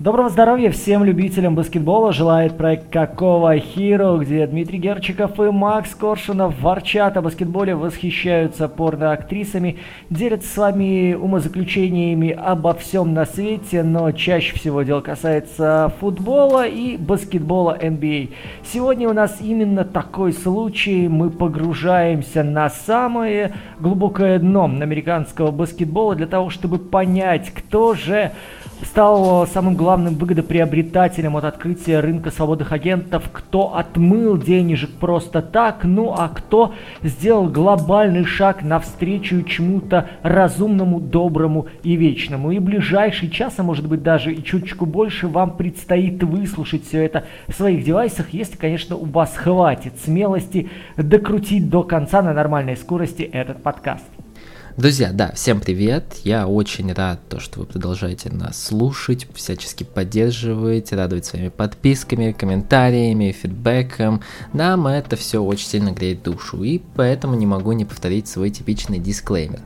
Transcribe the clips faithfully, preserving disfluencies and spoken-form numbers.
Доброго здоровья всем любителям баскетбола желает проект Какого Hero, где Дмитрий Герчиков и Макс Коршунов ворчат о баскетболе, восхищаются порноактрисами, делятся с вами умозаключениями обо всем на свете, но чаще всего дело касается футбола и баскетбола эн би эй. Сегодня у нас именно такой случай, мы погружаемся на самое глубокое дно американского баскетбола для того, чтобы понять, кто же стал самым главным выгодоприобретателем от открытия рынка свободных агентов, кто отмыл денежек просто так, ну а кто сделал глобальный шаг навстречу чему-то разумному, доброму и вечному. И ближайший час, а может быть даже и чуточку больше, вам предстоит выслушать все это в своих девайсах, если, конечно, у вас хватит смелости докрутить до конца на нормальной скорости этот подкаст. Друзья, да, всем привет, я очень рад, то, что вы продолжаете нас слушать, всячески поддерживаете, радовать своими подписками, комментариями, фидбэком. Нам это все очень сильно греет душу, и поэтому не могу не повторить свой типичный дисклеймер.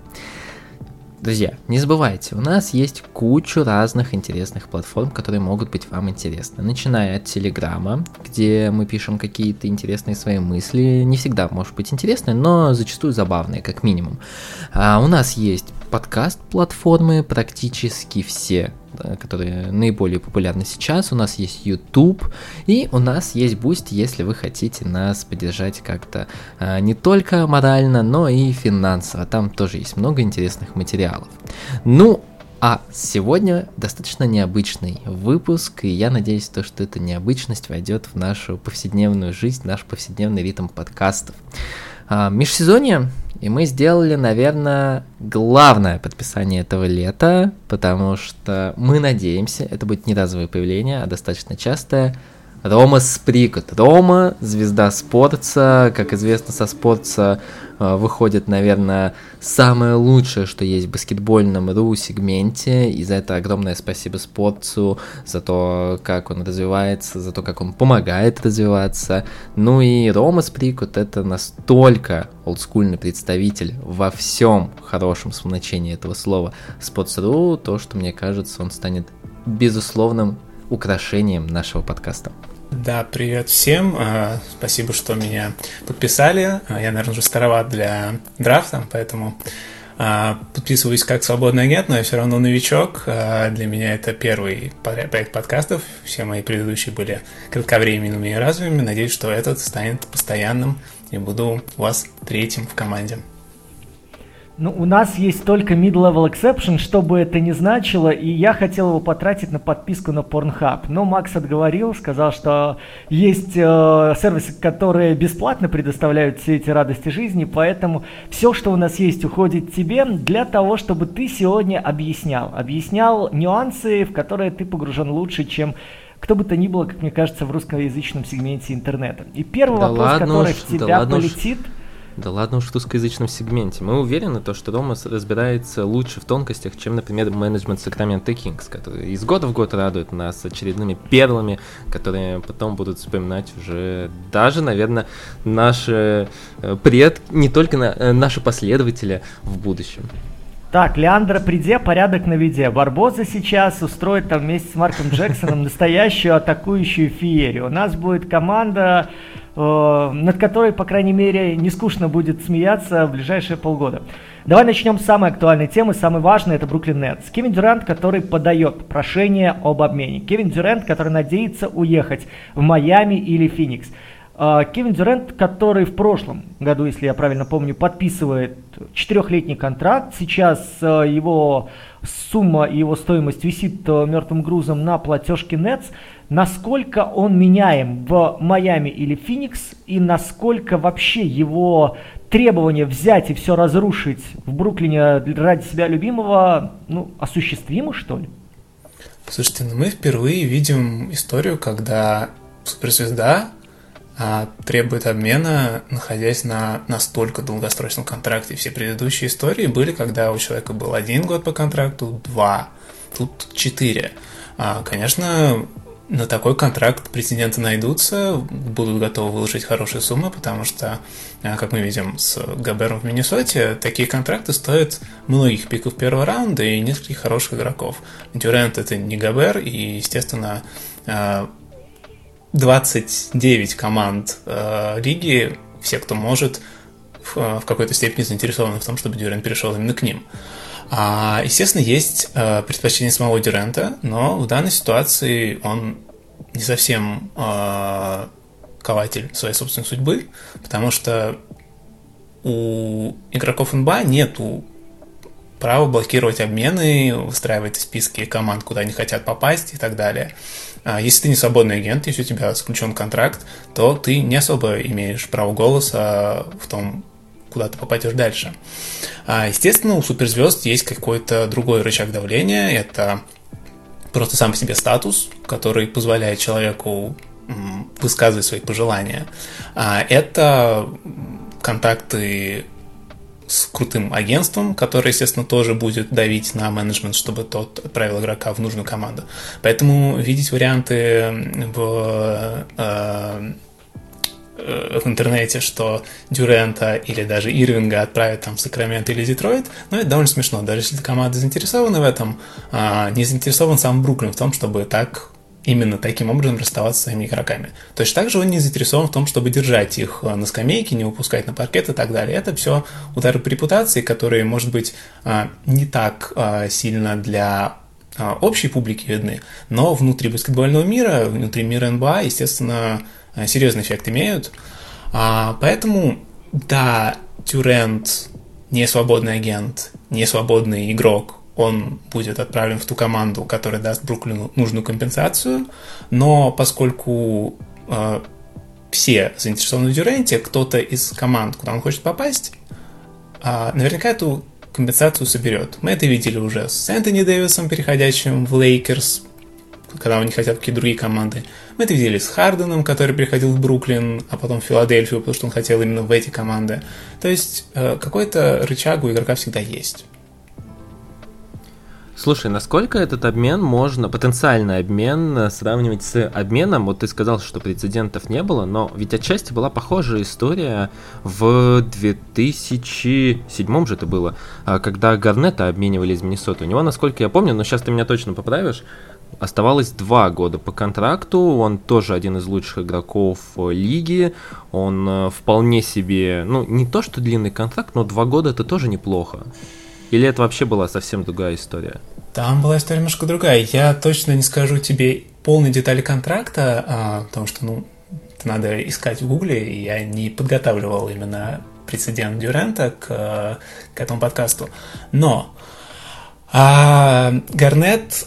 Друзья, не забывайте, у нас есть кучу разных интересных платформ, которые могут быть вам интересны. Начиная от Телеграма, где мы пишем какие-то интересные свои мысли, не всегда может быть интересные, но зачастую забавные, как минимум. А у нас есть подкаст-платформы, практически все, которые наиболее популярны сейчас. У нас есть YouTube, и у нас есть Boosty, если вы хотите нас поддержать как-то а, не только морально, но и финансово. Там тоже есть много интересных материалов. Ну, а сегодня достаточно необычный выпуск, и я надеюсь, то, что эта необычность войдет в нашу повседневную жизнь, наш повседневный ритм подкастов. А, межсезонье, и мы сделали, наверное, главное подписание этого лета, потому что мы надеемся, это будет не разовое появление, а достаточно частое. Рома Сприкот. Рома, звезда Спортса, как известно, со Спортса э, выходит, наверное, самое лучшее, что есть в баскетбольном РУ сегменте, и за это огромное спасибо Спортсу, за то, как он развивается, за то, как он помогает развиваться. Ну и Рома Сприкот — это настолько олдскульный представитель во всем хорошем значении этого слова Спортс.ру, то, что, мне кажется, он станет безусловным украшением нашего подкаста. Да, привет всем. Спасибо, что меня подписали. Я, наверное, уже староват для драфта, поэтому подписываюсь как свободный агент, но я все равно новичок. Для меня это первый проект подкастов. Все мои предыдущие были кратковременными и разовыми. Надеюсь, что этот станет постоянным и буду у вас третьим в команде. Ну, у нас есть только mid-level exception, что бы это ни значило, и я хотел его потратить на подписку на Pornhub. Но Макс отговорил, сказал, что есть э, сервисы, которые бесплатно предоставляют все эти радости жизни, поэтому все, что у нас есть, уходит тебе для того, чтобы ты сегодня объяснял. Объяснял нюансы, в которые ты погружен лучше, чем кто бы то ни было, как мне кажется, в русскоязычном сегменте интернета. И первый да вопрос, ладно который уж, в тебя да полетит... Да ладно уж в русскоязычном сегменте. Мы уверены, то, что Рома разбирается лучше в тонкостях, чем, например, менеджмент Sacramento Kings, который из года в год радует нас очередными перлами, которые потом будут вспоминать уже даже, наверное, наши предки, не только на, наши последователи в будущем. Так, Леандро, приди, порядок наведи. Барбоза сейчас устроит там вместе с Марком Джексоном настоящую атакующую феерию. У нас будет команда, э, над которой, по крайней мере, не скучно будет смеяться в ближайшие полгода. Давай начнем с самой актуальной темы, самой важной, это Бруклин Нетс. Кевин Дюрант, который подает прошение об обмене. Кевин Дюрант, который надеется уехать в Майами или Феникс. Кевин Дюрант, который в прошлом году, если я правильно помню, подписывает четырехлетний контракт. Сейчас его сумма и его стоимость висит мертвым грузом на платежке Нетс. Насколько он меняем в Майами или Феникс, и насколько вообще его требование взять и все разрушить в Бруклине ради себя любимого, ну, осуществимо, что ли? Слушайте, ну мы впервые видим историю, когда суперзвезда а, требует обмена, находясь на настолько долгосрочном контракте. Все предыдущие истории были, когда у человека был один год по контракту, два, тут четыре. А, конечно, на такой контракт претенденты найдутся, будут готовы выложить хорошие суммы, потому что, как мы видим с Гобером в Миннесоте, такие контракты стоят многих пиков первого раунда и нескольких хороших игроков. Дюрант — это не Гобер, и, естественно, двадцать девять команд лиги, все, кто может, в какой-то степени заинтересованы в том, чтобы Дюрант перешел именно к ним. А, естественно, есть э, предпочтение самого Дюранта, но в данной ситуации он не совсем э, кователь своей собственной судьбы, потому что у игроков эн би эй нету права блокировать обмены, выстраивать списки команд, куда они хотят попасть и так далее. А если ты не свободный агент, если у тебя заключен контракт, то ты не особо имеешь право голоса в том, куда ты попадешь дальше. Естественно, у суперзвезд есть какой-то другой рычаг давления. Это просто сам по себе статус, который позволяет человеку высказывать свои пожелания. Это контакты с крутым агентством, которое, естественно, тоже будет давить на менеджмент, чтобы тот отправил игрока в нужную команду. Поэтому видеть варианты в в интернете, что Дюранта или даже Ирвинга отправят там в Сакраменто или Детройт, но это довольно смешно. Даже если команда заинтересована в этом, не заинтересован сам Бруклин в том, чтобы так, именно таким образом расставаться с своими игроками. Точно так же он не заинтересован в том, чтобы держать их на скамейке, не выпускать на паркет и так далее. Это все удары по репутации, которые, может быть, не так сильно для общей публики видны, но внутри баскетбольного мира, внутри мира эн би эй, естественно, серьезный эффект имеют. А, поэтому, да, Дюрант не свободный агент, не свободный игрок, он будет отправлен в ту команду, которая даст Бруклину нужную компенсацию, но поскольку э, все заинтересованы в Дюранте, кто-то из команд, куда он хочет попасть, э, наверняка эту компенсацию соберет. Мы это видели уже с Энтони Дэвисом, переходящим в Лейкерс, когда они хотят какие-то другие команды. Мы это видели с Харденом, который переходил в Бруклин, а потом в Филадельфию, потому что он хотел именно в эти команды. То есть какой-то рычаг у игрока всегда есть. Слушай, насколько этот обмен можно, потенциальный обмен, сравнивать с обменом? Вот ты сказал, что прецедентов не было, но ведь отчасти была похожая история в две тысячи седьмом же это было, когда Гарнета обменивали из Миннесоты. У него, насколько я помню, но сейчас ты меня точно поправишь, оставалось два года по контракту, он тоже один из лучших игроков лиги, он вполне себе, ну, не то что длинный контракт, но два года это тоже неплохо. Или это вообще была совсем другая история? Там была история немножко другая. Я точно не скажу тебе полные детали контракта, а, потому что, ну, это надо искать в Гугле, и я не подготавливал именно прецедент Дюранта к, к этому подкасту. Но а, Гарнет,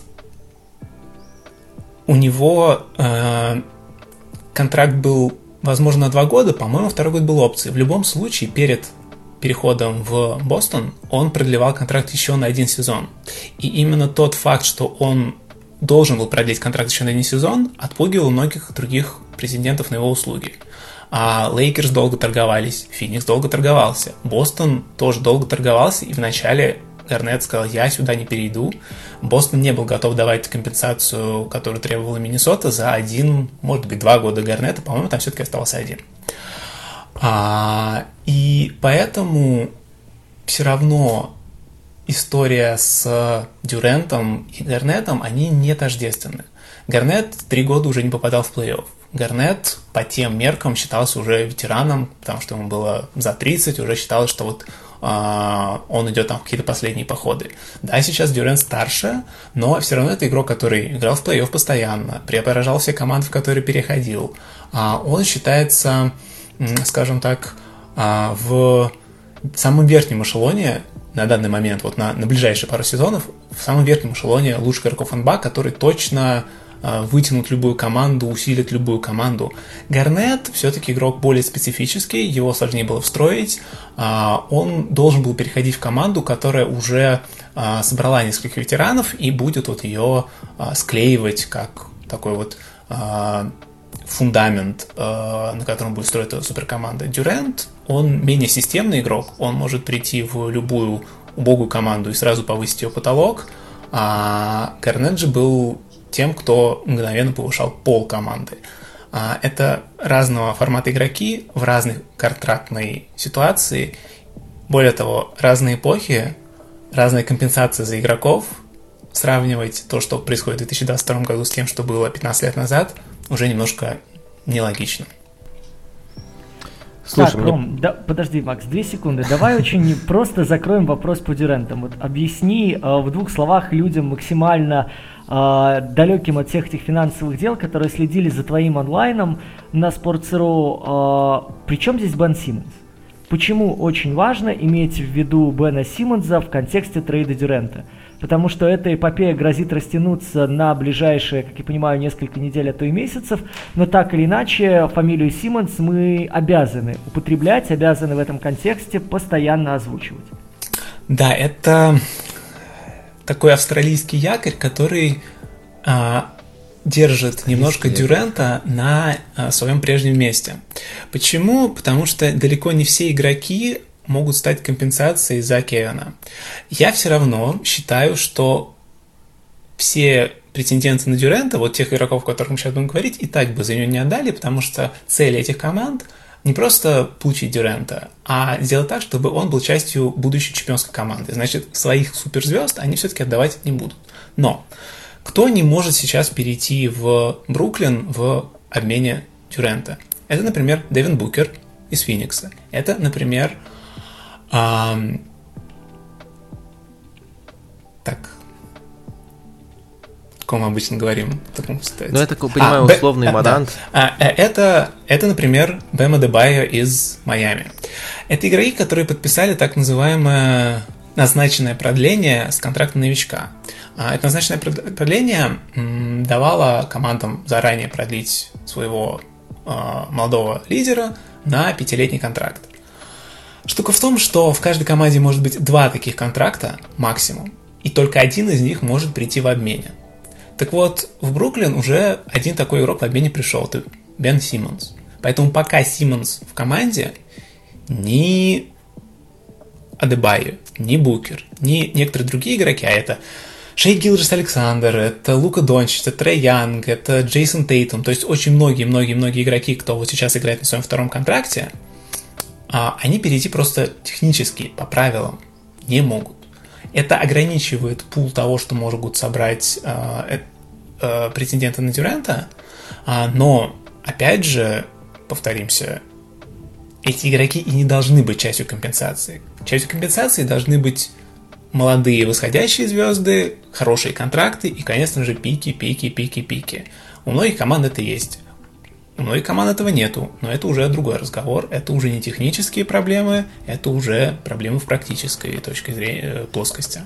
у него а, контракт был, возможно, на два года, по-моему, второй год был опцией. В любом случае, перед переходом в Бостон, он продлевал контракт еще на один сезон. И именно тот факт, что он должен был продлить контракт еще на один сезон, отпугивал многих других претендентов на его услуги. А Лейкерс долго торговались, Феникс долго торговался, Бостон тоже долго торговался, и вначале Гарнет сказал: я сюда не перейду. Бостон не был готов давать компенсацию, которую требовала Миннесота, за один, может быть, два года Гарнета, по-моему, там все-таки оставался один. А, и поэтому все равно история с Дюрантом и Гарнетом, они не тождественны. Гарнет три года уже не попадал в плей-офф. Гарнет по тем меркам считался уже ветераном, потому что ему было за тридцать, уже считалось, что вот а, он идет там в какие-то последние походы. Да, сейчас Дюрант старше, но все равно это игрок, который играл в плей-офф постоянно, преображал все команды, в которые переходил. А, он считается, скажем так, в самом верхнем эшелоне на данный момент, вот на, на ближайшие пару сезонов, в самом верхнем эшелоне лучших игроков эн би эй, которые точно вытянут любую команду, усилят любую команду. Гарнет все-таки игрок более специфический, его сложнее было встроить. Он должен был переходить в команду, которая уже собрала нескольких ветеранов и будет вот ее склеивать как такой вот фундамент, на котором будет строиться суперкоманда. Дюрант, он менее системный игрок, он может прийти в любую убогую команду и сразу повысить ее потолок, а Гарнет же был тем, кто мгновенно повышал пол команды. Это разного формата игроки в разной контрактной ситуации. Более того, разные эпохи, разные компенсации за игроков. Сравнивать то, что происходит в две тысячи двадцать втором году с тем, что было пятнадцать лет назад, уже немножко нелогично. Слушай, так, Ром, мне... да, подожди, Макс, две секунды. Давай очень просто закроем вопрос по дюрентам. Вот объясни э, в двух словах людям максимально э, далеким от всех этих финансовых дел, которые следили за твоим онлайном на Sports.ru, э, при чем здесь Бен Симмонс? Почему очень важно иметь в виду Бена Симмонса в контексте трейда Дюрента? Потому что эта эпопея грозит растянуться на ближайшие, как я понимаю, несколько недель, а то и месяцев, но так или иначе фамилию Симмонс мы обязаны употреблять, обязаны в этом контексте постоянно озвучивать. Да, это такой австралийский якорь, который а, держит немножко Дюрента на а, своем прежнем месте. Почему? Потому что далеко не все игроки могут стать компенсацией за Кевина. Я все равно считаю, что все претенденты на Дюрента, вот тех игроков, о которых мы сейчас будем говорить, и так бы за него не отдали, потому что цель этих команд не просто получить Дюрента, а сделать так, чтобы он был частью будущей чемпионской команды. Значит, своих суперзвезд они все-таки отдавать не будут. Но кто не может сейчас перейти в Бруклин в обмене Дюрента? Это, например, Девин Букер из Феникса. Это, например, Um, так, о ком мы обычно говорим в таком ситуации? Ну, я так понимаю, а, условный Б, Морант. Да. А, это, это, например, Бэм Адебайо из Майами. Это игроки, которые подписали так называемое назначенное продление с контракта новичка. А, это назначенное продление м, давало командам заранее продлить своего а, молодого лидера на пятилетний контракт. Штука в том, что в каждой команде может быть два таких контракта максимум, и только один из них может прийти в обмене. Так вот, в Бруклин уже один такой игрок в обмене пришел, это Бен Симмонс. Поэтому пока Симмонс в команде, ни Адебайо, ни Букер, ни некоторые другие игроки, а это Шей Гилджес-Александр, это Лука Дончич, это Трей Янг, это Джейсон Тейтум, то есть очень многие-многие-многие игроки, кто вот сейчас играет на своем втором контракте, они перейти просто технически, по правилам, не могут. Это ограничивает пул того, что могут собрать э, э, претенденты на Дюрента, э, но, опять же, повторимся, эти игроки и не должны быть частью компенсации. Частью компенсации должны быть молодые восходящие звезды, хорошие контракты и, конечно же, пики, пики, пики, пики. У многих команд это есть. У многих команд этого нету, но это уже другой разговор, это уже не технические проблемы, это уже проблемы в практической точке зрения, плоскости.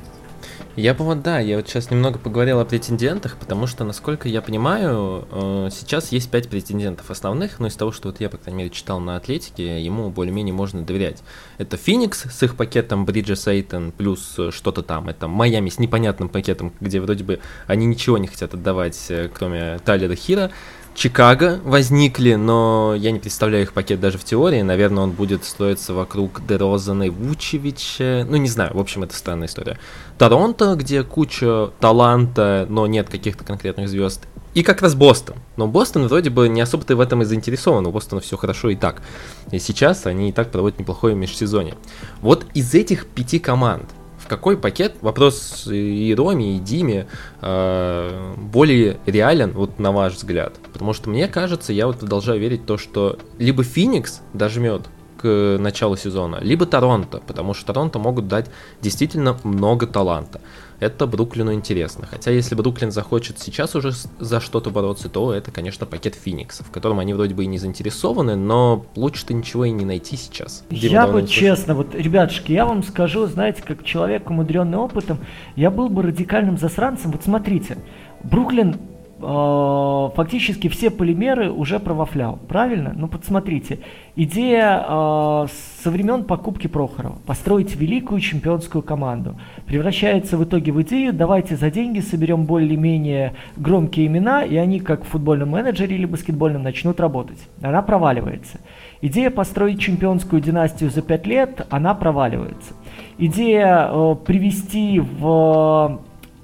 Я бы вот, да, я вот сейчас немного поговорил о претендентах, потому что, насколько я понимаю, сейчас есть пять претендентов основных, но из того, что вот я, по крайней мере, читал на Атлетике, ему более-менее можно доверять. Это Феникс с их пакетом Бриджес Эйтон плюс что-то там, это Майами с непонятным пакетом, где вроде бы они ничего не хотят отдавать, кроме Тайлера Хира. Чикаго возникли, но я не представляю их пакет даже в теории. Наверное, он будет строиться вокруг Дерозана и Вучевича. Ну, не знаю, в общем, это странная история. Торонто, где куча таланта, но нет каких-то конкретных звезд. И как раз Бостон. Но Бостон вроде бы не особо-то в этом и заинтересован. У Бостона все хорошо и так. И сейчас они и так проводят неплохое межсезонье. Вот из этих пяти команд какой пакет, вопрос и Роме, и Диме, э, более реален, вот на ваш взгляд? Потому что мне кажется, я вот продолжаю верить в то, что либо Феникс дожмет к началу сезона, либо Торонто, потому что Торонто могут дать действительно много таланта. Это Бруклину интересно. Хотя если Бруклин захочет сейчас уже за что-то бороться, то это, конечно, пакет Феникса, в котором они вроде бы и не заинтересованы, но лучше-то ничего и не найти сейчас. Дима, я бы честно, вот, ребятушки, я вам скажу, знаете, как человек, умудренный опытом, я был бы радикальным засранцем. Вот смотрите, Бруклин фактически все полимеры уже провафлял, правильно? Ну, подсмотрите. Идея э, со времен покупки Прохорова построить великую чемпионскую команду превращается в итоге в идею: давайте за деньги соберем более-менее громкие имена, и они, как в футбольном менеджере или баскетбольном, начнут работать. Она проваливается. Идея построить чемпионскую династию за пять лет, она проваливается. Идея э, привести в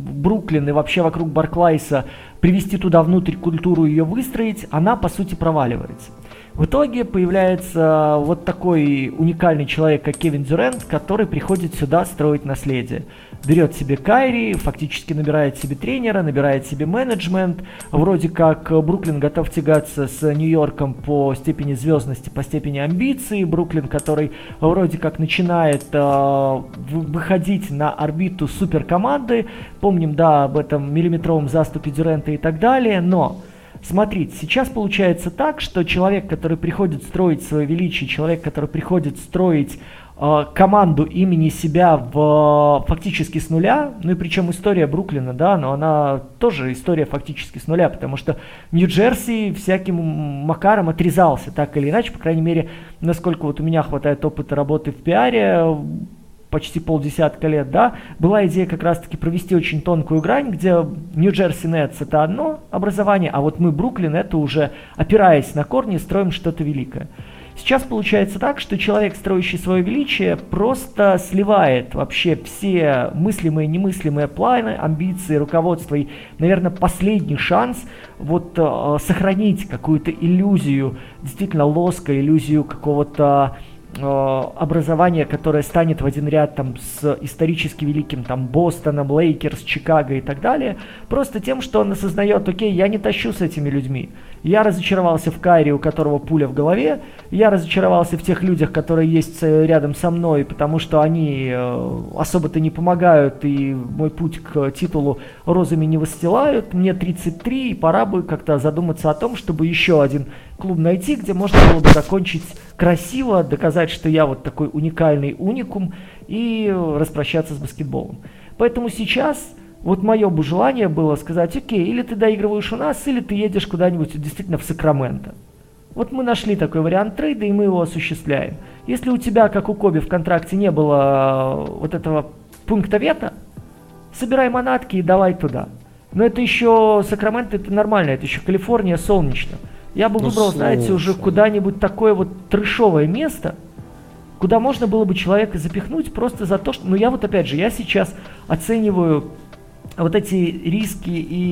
Бруклин и вообще вокруг Барклайса привести туда внутрь культуру, ее выстроить, она по сути проваливается. В итоге появляется вот такой уникальный человек, как Кевин Дюрент, который приходит сюда строить наследие. Берет себе Кайри, фактически набирает себе тренера, набирает себе менеджмент. Вроде как Бруклин готов тягаться с Нью-Йорком по степени звездности, по степени амбиций. Бруклин, который вроде как начинает э, выходить на орбиту суперкоманды. Помним, да, об этом миллиметровом заступе Дюрента и так далее, но... Смотрите, сейчас получается так, что человек, который приходит строить свое величие, человек, который приходит строить э, команду имени себя в, фактически с нуля, ну и причем история Бруклина, да, но она тоже история фактически с нуля, потому что Нью-Джерси всяким макаром отрезался, так или иначе, по крайней мере, насколько вот у меня хватает опыта работы в пиаре, почти полдесятка лет, да, была идея как раз-таки провести очень тонкую грань, где Нью-Джерси Нетс это одно образование, а вот мы, Бруклин, это уже, опираясь на корни, строим что-то великое. Сейчас получается так, что человек, строящий свое величие, просто сливает вообще все мыслимые и немыслимые планы, амбиции, руководство и, наверное, последний шанс вот э, сохранить какую-то иллюзию, действительно лоска, иллюзию какого-то образование, которое станет в один ряд там с исторически великим там Бостоном, Лейкерс, Чикаго и так далее, просто тем, что он осознает, окей, я не тащу с этими людьми. Я разочаровался в Кайри, у которого пуля в голове, я разочаровался в тех людях, которые есть рядом со мной, потому что они э, особо-то не помогают, и мой путь к титулу розами не выстилают. Мне тридцать три, и пора бы как-то задуматься о том, чтобы еще один клуб найти, где можно было бы закончить красиво, доказать, что я вот такой уникальный уникум, и распрощаться с баскетболом. Поэтому сейчас вот мое бы желание было сказать, окей, или ты доигрываешь у нас, или ты едешь куда-нибудь действительно в Сакраменто. Вот мы нашли такой вариант трейда, и мы его осуществляем. Если у тебя, как у Коби, в контракте не было вот этого пункта вето, собирай манатки и давай туда. Но это еще Сакраменто, это нормально, это еще Калифорния, солнечно. Я бы ну, выбрал, слушай. знаете, уже куда-нибудь такое вот трэшовое место, куда можно было бы человека запихнуть просто за то, что... Ну, я вот опять же, я сейчас оцениваю вот эти риски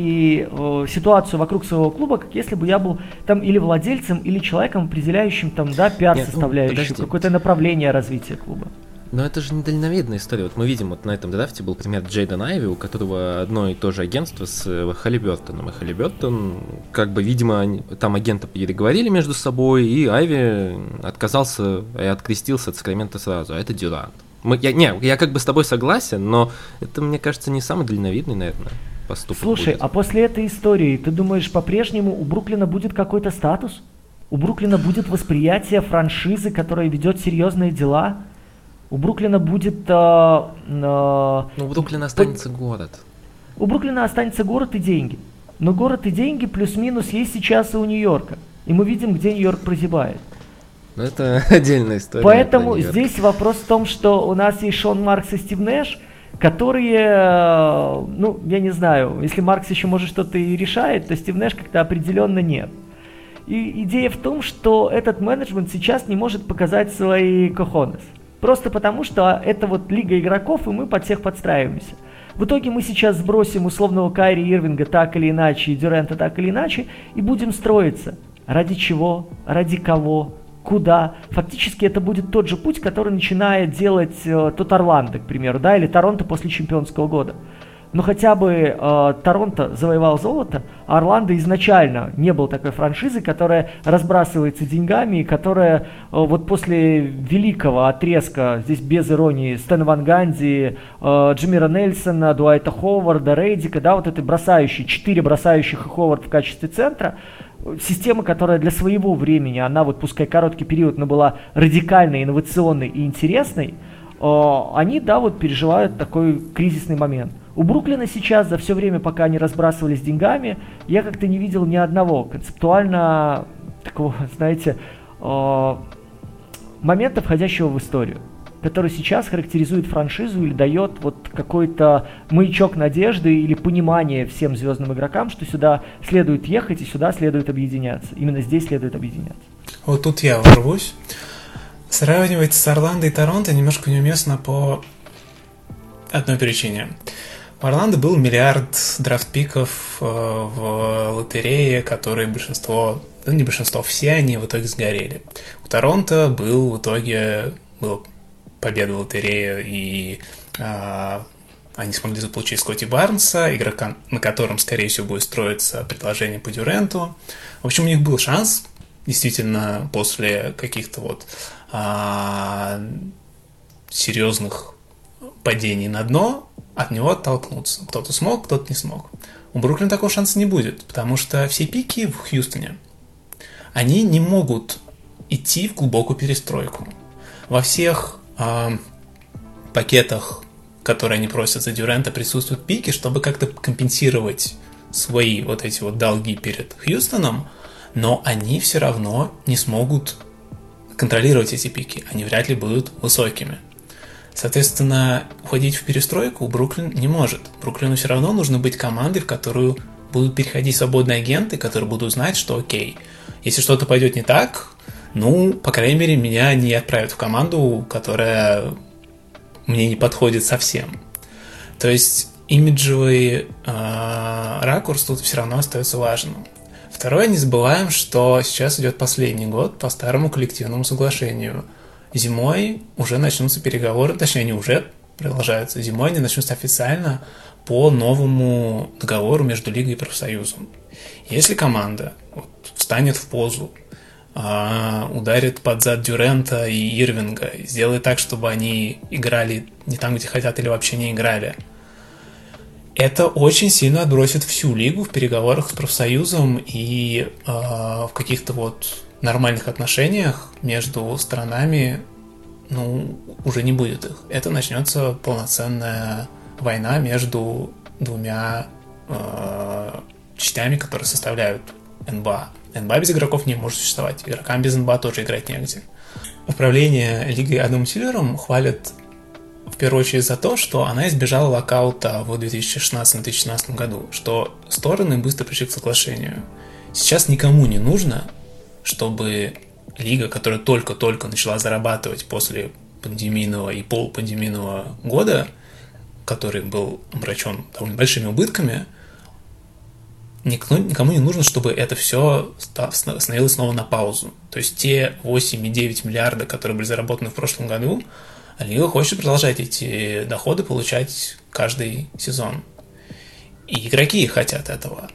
и э, ситуацию вокруг своего клуба, как если бы я был там или владельцем, или человеком, определяющим там, да, пиар-составляющую, ну, какое-то направление развития клуба. Но это же недальновидная история. Вот мы видим, вот на этом драфте был пример Джейден Айви, у которого одно и то же агентство с Халибертоном. И Халибертон, как бы, видимо, они, там агенты переговорили между собой, и Айви отказался и открестился от Сакрамента сразу, а это Дюрант. Мы, я, не, я как бы с тобой согласен, но это, мне кажется, не самый дальновидный, наверное, поступок. Слушай, будет. А после этой истории, ты думаешь, по-прежнему у Бруклина будет какой-то статус? У Бруклина будет восприятие франшизы, которая ведет серьезные дела? У Бруклина будет... Э, э, ну, у Бруклина останется по... город. У Бруклина останется город и деньги. Но город и деньги плюс-минус есть сейчас и у Нью-Йорка. И мы видим, где Нью-Йорк прозябает. Ну, это отдельная история. Поэтому здесь вопрос в том, что у нас есть Шон Маркс и Стив Нэш, которые, ну, я не знаю, если Маркс еще может что-то и решает, то Стив Нэш как-то определенно нет. И идея в том, что этот менеджмент сейчас не может показать свои кохонес. Просто потому, что это вот лига игроков, и мы под всех подстраиваемся. В итоге мы сейчас сбросим условного Кайри Ирвинга так или иначе, и Дюрента так или иначе, и будем строиться. Ради чего? Ради кого? Куда? Фактически это будет тот же путь, который начинает делать э, тот Орландо, к примеру, да, или Торонто после чемпионского года. Но хотя бы э, Торонто завоевал золото, а Орландо изначально не был такой франшизой, которая разбрасывается деньгами, и которая э, вот после великого отрезка, здесь без иронии, Стэна Ван Ганди, э, Джамира Нельсона, Дуайта Ховарда, Рейдика, да, вот этой бросающей, четыре бросающих и Ховард в качестве центра, система, которая для своего времени, она вот пускай короткий период, но была радикальной, инновационной и интересной, э, они, да, вот переживают такой кризисный момент. У Бруклина сейчас, за все время, пока они разбрасывались деньгами, я как-то не видел ни одного концептуально такого, знаете, э, момента, входящего в историю, который сейчас характеризует франшизу или дает вот какой-то маячок надежды или понимание всем звездным игрокам, что сюда следует ехать и сюда следует объединяться. Именно здесь следует объединяться. Вот тут я ворвусь. Сравнивать с Орландо и Торонто немножко неуместно по одной причине. У Орландо был миллиард драфт-пиков в лотерее, которые большинство, ну не большинство, все они в итоге сгорели. У Торонто был в итоге была победа в лотерее, и а, они смогли заполучить Скотти Барнса, игрока, на котором, скорее всего, будет строиться предложение по Дюренту. В общем, у них был шанс, действительно, после каких-то вот а, серьезных падений на дно, от него оттолкнуться. Кто-то смог, кто-то не смог. У Бруклина такого шанса не будет, потому что все пики в Хьюстоне, они не могут идти в глубокую перестройку. Во всех э, пакетах, которые они просят за Дюрента, присутствуют пики, чтобы как-то компенсировать свои вот эти вот долги перед Хьюстоном, но они все равно не смогут контролировать эти пики. Они вряд ли будут высокими. Соответственно, уходить в перестройку Бруклин не может. Бруклину все равно нужно быть командой, в которую будут переходить свободные агенты, которые будут знать, что окей, если что-то пойдет не так, ну, по крайней мере, меня не отправят в команду, которая мне не подходит совсем. То есть имиджевый э, ракурс тут все равно остается важным. Второе, не забываем, что сейчас идет последний год по старому коллективному соглашению. Зимой уже начнутся переговоры, точнее, они уже продолжаются. Зимой они начнутся официально по новому договору между лигой и профсоюзом. Если команда вот, встанет в позу, э, ударит под зад Дюрента и Ирвинга, сделает так, чтобы они играли не там, где хотят, или вообще не играли, это очень сильно отбросит всю лигу в переговорах с профсоюзом и э, в каких-то вот нормальных отношениях между сторонами, ну, уже не будет их. Это начнется полноценная война между двумя э, частями, которые составляют эн би эй. эн би эй без игроков не может существовать. Игрокам без эн би эй тоже играть негде. Управление лигой Адамом Сильвером хвалят в первую очередь за то, что она избежала локаута в две тысячи шестнадцатом - две тысячи семнадцатом году, что стороны быстро пришли к соглашению. Сейчас никому не нужно, чтобы лига, которая только-только начала зарабатывать после пандемийного и полупандемийного года, который был омрачен довольно большими убытками, никто, никому не нужно, чтобы это все становилось снова на паузу. То есть те восемь целых девять десятых миллиарда, которые были заработаны в прошлом году, лига хочет продолжать эти доходы получать каждый сезон. И игроки хотят этого.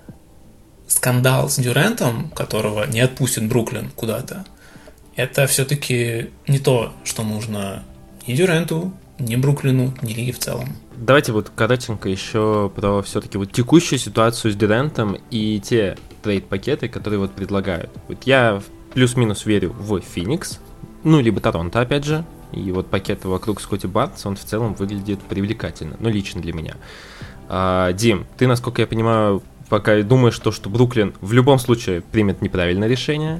Скандал с Дюрентом, которого не отпустит Бруклин куда-то, это все-таки не то, что нужно ни Дюренту, ни Бруклину, ни лиге в целом. Давайте вот коротенько еще про все-таки вот текущую ситуацию с Дюрентом и те трейд-пакеты, которые вот предлагают. Вот я плюс-минус верю в Феникс, ну либо Торонто, опять же, и вот пакет вокруг Скотти Барнса, он в целом выглядит привлекательно, ну лично для меня. А, Дим, ты, насколько я понимаю, пока думаешь, то, что Бруклин в любом случае примет неправильное решение,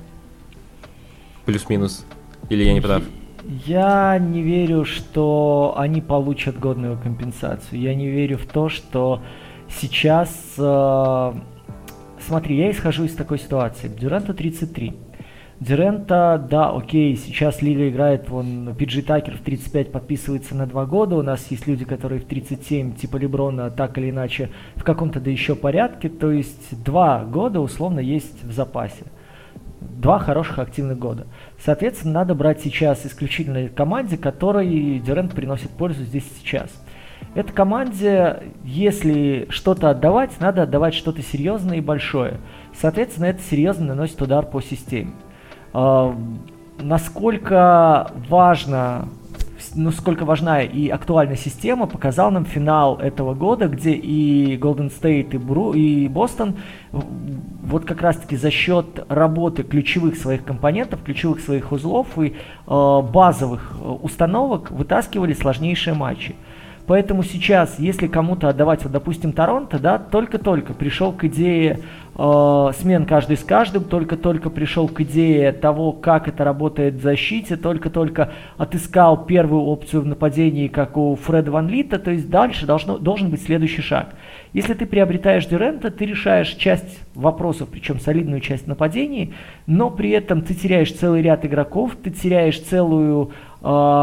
плюс-минус, или я не прав? Я не верю, что они получат годную компенсацию. Я не верю в то, что сейчас... Э, смотри, я исхожу из такой ситуации. Дюренту тридцать три. Дюрента, да, окей, сейчас лига играет, вон, Пи Джей Такер в тридцать пять подписывается на два года, у нас есть люди, которые в тридцать семь, типа Леброна, так или иначе, в каком-то да еще порядке, то есть два года условно есть в запасе. Два хороших активных года. Соответственно, надо брать сейчас исключительно команде, которой Дюрент приносит пользу здесь и сейчас. Этой команде, если что-то отдавать, надо отдавать что-то серьезное и большое. Соответственно, это серьезно наносит удар по системе. Uh, насколько важно, ну, сколько важна и актуальна система, показал нам финал этого года, где и Golden State, и, Бру, и Бостон вот как раз-таки за счет работы ключевых своих компонентов, ключевых своих узлов и uh, базовых установок вытаскивали сложнейшие матчи. Поэтому сейчас, если кому-то отдавать, вот, допустим, Торонто, да, только-только пришел к идее э, смен каждый с каждым, только-только пришел к идее того, как это работает в защите, только-только отыскал первую опцию в нападении, как у Фреда Ван Лита, то есть дальше должно, должен быть следующий шаг. Если ты приобретаешь Дюрента, ты решаешь часть вопросов, причем солидную часть нападений, но при этом ты теряешь целый ряд игроков, ты теряешь целую... Э,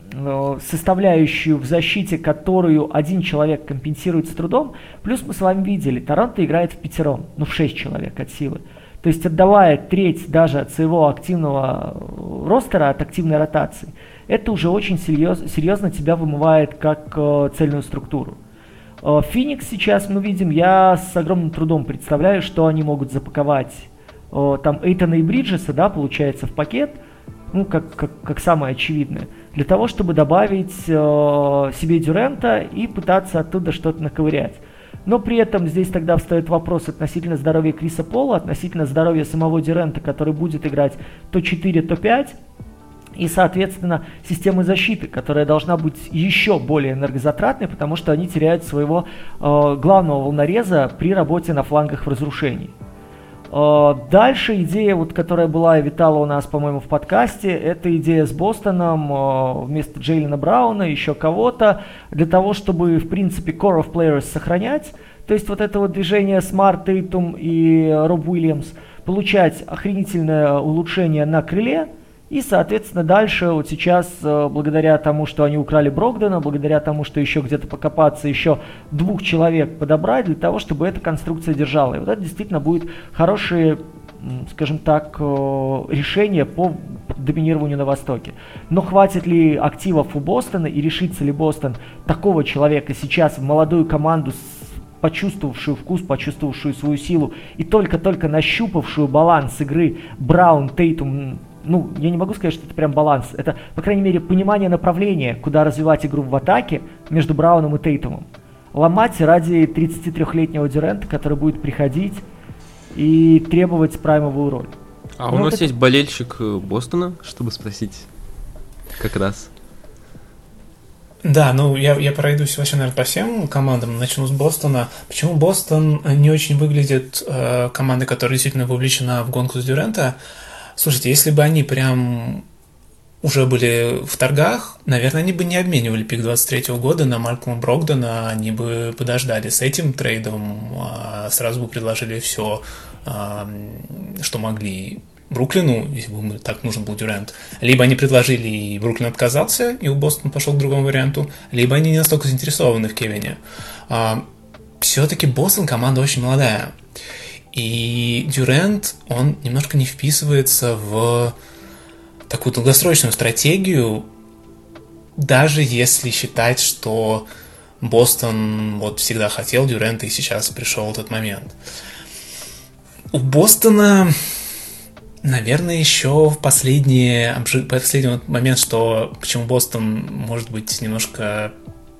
составляющую в защите, которую один человек компенсирует с трудом. Плюс мы с вами видели, Торонто играет в пятером, ну в шесть человек от силы. То есть отдавая треть даже от своего активного ростера, от активной ротации, это уже очень серьез, серьезно тебя вымывает как э, цельную структуру. Феникс э, сейчас мы видим, я с огромным трудом представляю, что они могут запаковать э, там Эйтона и Бриджеса, да, получается, в пакет, ну, как, как, как самое очевидное, для того, чтобы добавить э, себе Дюрента и пытаться оттуда что-то наковырять. Но при этом здесь тогда встает вопрос относительно здоровья Криса Пола, относительно здоровья самого Дюрента, который будет играть то четыре, то пять, и, соответственно, системы защиты, которая должна быть еще более энергозатратной, потому что они теряют своего э, главного волнореза при работе на флангах в разрушении. Дальше идея, вот, которая была и витала у нас, по-моему, в подкасте, это идея с Бостоном э, вместо Джейлена Брауна, еще кого-то, для того, чтобы, в принципе, core of players сохранять. То есть вот это вот движение Смарт, Тейтум и Роб Уильямс, получать охренительное улучшение на крыле. И, соответственно, дальше вот сейчас, благодаря тому, что они украли Брогдона, благодаря тому, что еще где-то покопаться, еще двух человек подобрать для того, чтобы эта конструкция держала. И вот это действительно будет хорошее, скажем так, решение по доминированию на Востоке. Но хватит ли активов у Бостона и решится ли Бостон такого человека сейчас в молодую команду, почувствовавшую вкус, почувствовавшую свою силу и только-только нащупавшую баланс игры Браун, Тейтум. Ну, я не могу сказать, что это прям баланс. Это, по крайней мере, понимание направления, куда развивать игру в атаке между Брауном и Тейтумом. Ломать ради тридцатитрёхлетнего Дюрента, который будет приходить и требовать праймовую роль. А ну, у нас это... есть болельщик Бостона, чтобы спросить как раз. Да, ну я, я пройдусь вообще, наверное, по всем командам. Начну с Бостона. Почему Бостон не очень выглядит э, командой, которая действительно вовлечена в гонку с Дюрента? Слушайте, если бы они прям уже были в торгах, наверное, они бы не обменивали пик двадцать третьего года на Малькома Брогдона, они бы подождали с этим трейдом, сразу бы предложили все, что могли Бруклину, если бы ему так нужен был Дюрент. Либо они предложили, и Бруклин отказался, и у Бостона пошел к другому варианту, либо они не настолько заинтересованы в Кевине. Все-таки Бостон команда очень молодая. И Дюрент, он немножко не вписывается в такую долгосрочную стратегию, даже если считать, что Бостон вот всегда хотел Дюрента и сейчас пришел этот момент. У Бостона, наверное, еще в последний, последний момент, что почему Бостон может быть немножко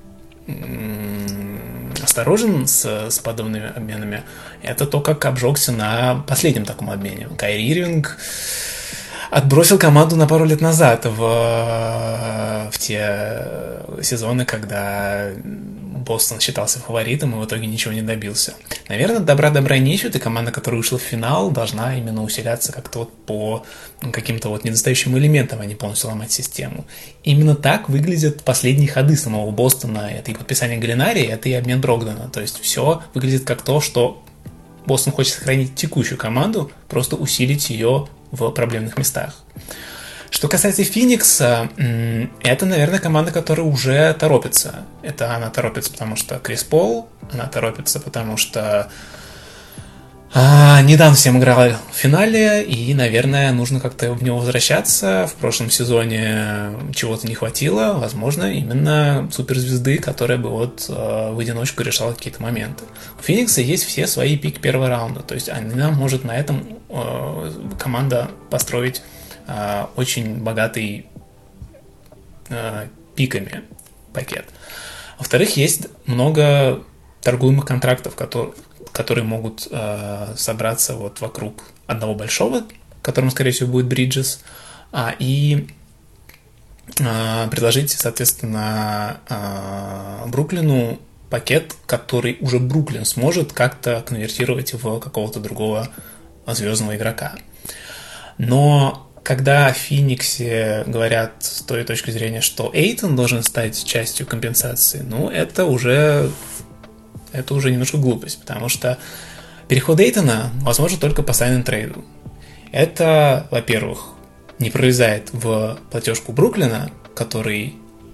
осторожен с, с подобными обменами, это то, как обжегся на последнем таком обмене. Кайри Ирвинг отбросил команду на пару лет назад в, в те сезоны, когда Бостон считался фаворитом и в итоге ничего не добился. Наверное, добра добра не ищут, и команда, которая вышла в финал, должна именно усиляться как-то вот по каким-то вот недостающим элементам, а не полностью ломать систему. Именно так выглядят последние ходы самого Бостона. Это и подписание Галлинари, это и обмен Брогдона. То есть все выглядит как то, что Бостон хочет сохранить текущую команду, просто усилить ее в проблемных местах. Что касается Феникса, это, наверное, команда, которая уже торопится. Это она торопится, потому что Крис Пол, она торопится, потому что а, недавно всем играл в финале, и, наверное, нужно как-то в него возвращаться. В прошлом сезоне чего-то не хватило, возможно, именно суперзвезды, которая бы вот а, в одиночку решала какие-то моменты. У Феникса есть все свои пики первого раунда, то есть она может на этом а, команда построить очень богатый э, пиками пакет. Во-вторых, есть много торгуемых контрактов, которые, которые могут э, собраться вот вокруг одного большого, которым, скорее всего, будет Бриджес, а, и э, предложить, соответственно, э, Бруклину пакет, который уже Бруклин сможет как-то конвертировать в какого-то другого звездного игрока. Но когда о Фениксе говорят с той точки зрения, что Эйтон должен стать частью компенсации, ну, это уже, это уже немножко глупость, потому что переход Эйтона возможен только по сайн-н-трейду. Это, во-первых, не пролезает в платежку Бруклина, который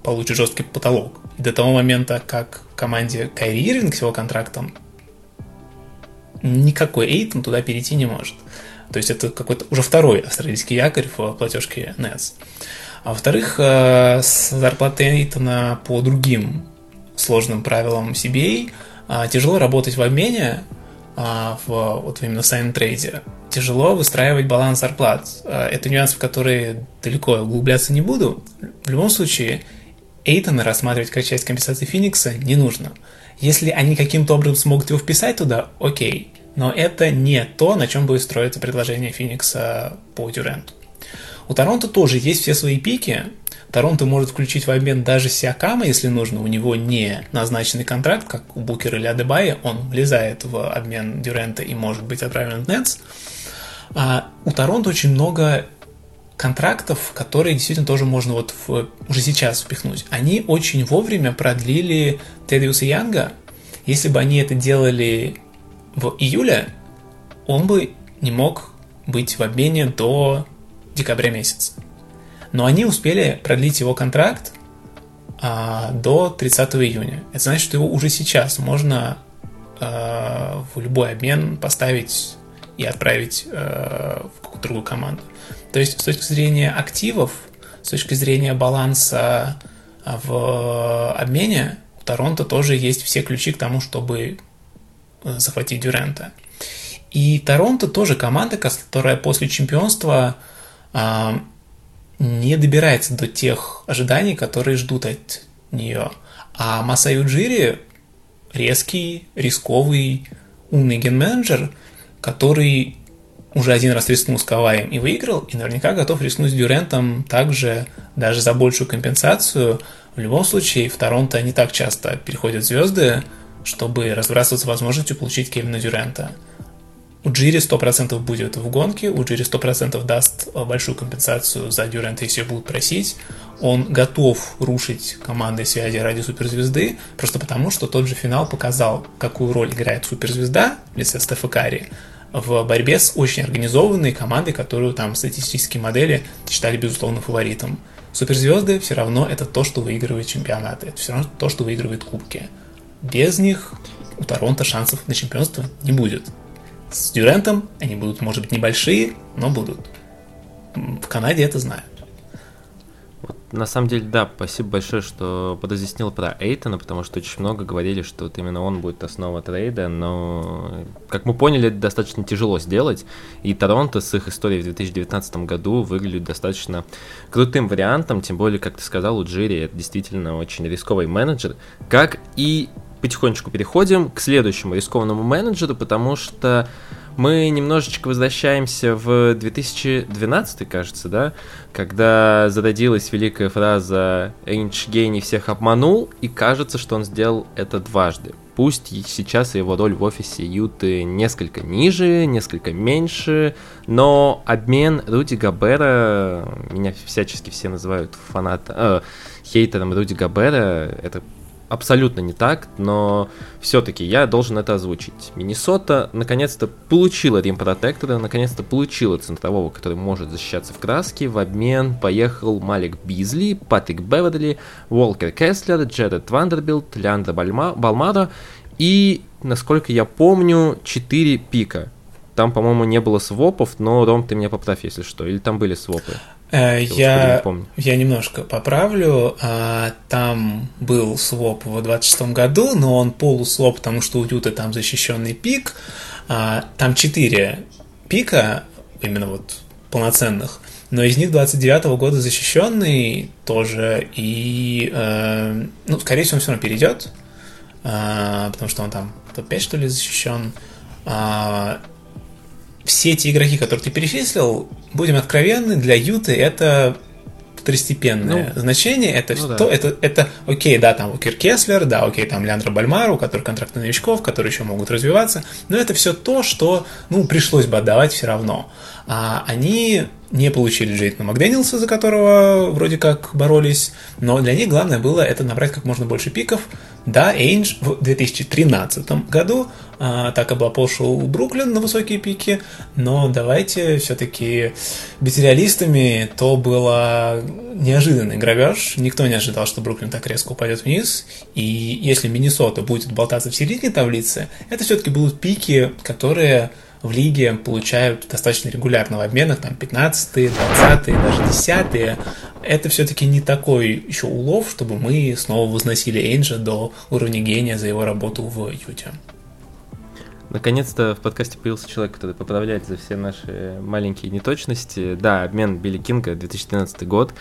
получит жесткий потолок. И до того момента, как в команде Кайри Ирвинг с его контрактом, никакой Эйтон туда перейти не может. То есть это какой-то уже второй австралийский якорь в платежке Nets. А во-вторых, с зарплатой Эйтона по другим сложным правилам си би эй тяжело работать в обмене, в, вот именно в сайн-трейде. Тяжело выстраивать баланс зарплат. Это нюансы, в которые далеко углубляться не буду. В любом случае, Эйтона рассматривать как часть компенсации Феникса не нужно. Если они каким-то образом смогут его вписать туда, окей. Но это не то, на чем будет строиться предложение Феникса по Дюренту. У Торонто тоже есть все свои пики. Торонто может включить в обмен даже Сиакама, если нужно. У него не назначенный контракт, как у Букера или Адебайо. Он влезает в обмен Дюрента и может быть отправлен в Нетс. А у Торонто очень много контрактов, которые действительно тоже можно вот в, уже сейчас впихнуть. Они очень вовремя продлили Тедиуса Янга. Если бы они это делали в июле, он бы не мог быть в обмене до декабря месяца. Но они успели продлить его контракт а, до тридцатого июня. Это значит, что его уже сейчас можно а, в любой обмен поставить и отправить а, в какую-то другую команду. То есть с точки зрения активов, с точки зрения баланса в обмене, у Торонто тоже есть все ключи к тому, чтобы захватить Дюрента. И Торонто тоже команда, которая после чемпионства а, не добирается до тех ожиданий, которые ждут от нее. А Масай Уджири резкий, рисковый, умный ген-менеджер, который уже один раз рискнул с Каваем и выиграл, и наверняка готов рискнуть с Дюрентом также, даже за большую компенсацию. В любом случае, в Торонто не так часто переходят звезды, чтобы разбрасываться возможностью получить Кевина Дюрента. Уджири сто процентов будет в гонке, Уджири сто процентов даст большую компенсацию за Дюрента, если ее будут просить. Он готов рушить командой связи ради суперзвезды, просто потому, что тот же финал показал, какую роль играет суперзвезда в лице Стефа Карри в борьбе с очень организованной командой, которую там статистические модели считали безусловно фаворитом. Суперзвезды все равно это то, что выигрывает чемпионаты, это все равно то, что выигрывает кубки. Без них у Торонто шансов на чемпионство не будет. С Дюрентом они будут, может быть, небольшие, но будут. В Канаде это знают. Вот, на самом деле, да, спасибо большое, что подразъяснил про Эйтона, потому что очень много говорили, что вот именно он будет основа трейда, но, как мы поняли, это достаточно тяжело сделать, и Торонто с их историей в две тысячи девятнадцатом году выглядит достаточно крутым вариантом, тем более, как ты сказал, у Джири это действительно очень рисковый менеджер, как и потихонечку переходим к следующему рискованному менеджеру, потому что мы немножечко возвращаемся в две тысячи двенадцатый, кажется, да, когда зародилась великая фраза «Эйндж гений всех обманул», и кажется, что он сделал это дважды. Пусть сейчас его роль в офисе Юты несколько ниже, несколько меньше, но обмен Руди Гобера, меня всячески все называют фанатом, э, хейтером Руди Гобера, это абсолютно не так, но все-таки я должен это озвучить. Миннесота наконец-то получила рим-протектора, наконец-то получила центрового, который может защищаться в краске. В обмен поехал Малик Бизли, Патрик Беверли, Уолкер Кеслер, Джеред Вандербилт, Леандро Бальма, Балмаро и, насколько я помню, четыре пика. Там, по-моему, не было свопов, но, Ром, ты меня поправь, если что. Или там были свопы? Я, я немножко поправлю. Там был своп в двадцать шестом году, но он полусвоп, потому что у Юты там защищенный пик. Там четыре пика, именно вот полноценных, но из них двадцать девятого года защищенный тоже. И, ну, скорее всего, он все равно перейдет, потому что он там топ пять, что ли, защищен. Все эти игроки, которые ты перечислил, будем откровенны, для Юты это второстепенное ну, значение. Это, ну, что, да. это, это окей, да, там Уокер Кеслер, да, окей, там Леандро Бальмаро, у которых контракты новичков, которые еще могут развиваться, но это все то, что, ну, пришлось бы отдавать все равно. а они не получили Джейтона Макдэниелса, за которого вроде как боролись, но для них главное было это набрать как можно больше пиков. Да, Эйндж в две тысячи тринадцатом году а, так облапошил Бруклин на высокие пики, но давайте все-таки быть реалистами, то было неожиданный грабеж, никто не ожидал, что Бруклин так резко упадет вниз, и если Миннесота будет болтаться в середине таблицы, это все-таки будут пики, которые в лиге получают достаточно регулярно в обменах, там пятнадцатые, двадцатые, даже десятые. Это все-таки не такой еще улов, чтобы мы снова возносили Эйнджа до уровня гения за его работу в Юте. Наконец-то в подкасте появился человек, который поправляет за все наши маленькие неточности. Да, обмен Билли Кинга, две тысячи тринадцатый год.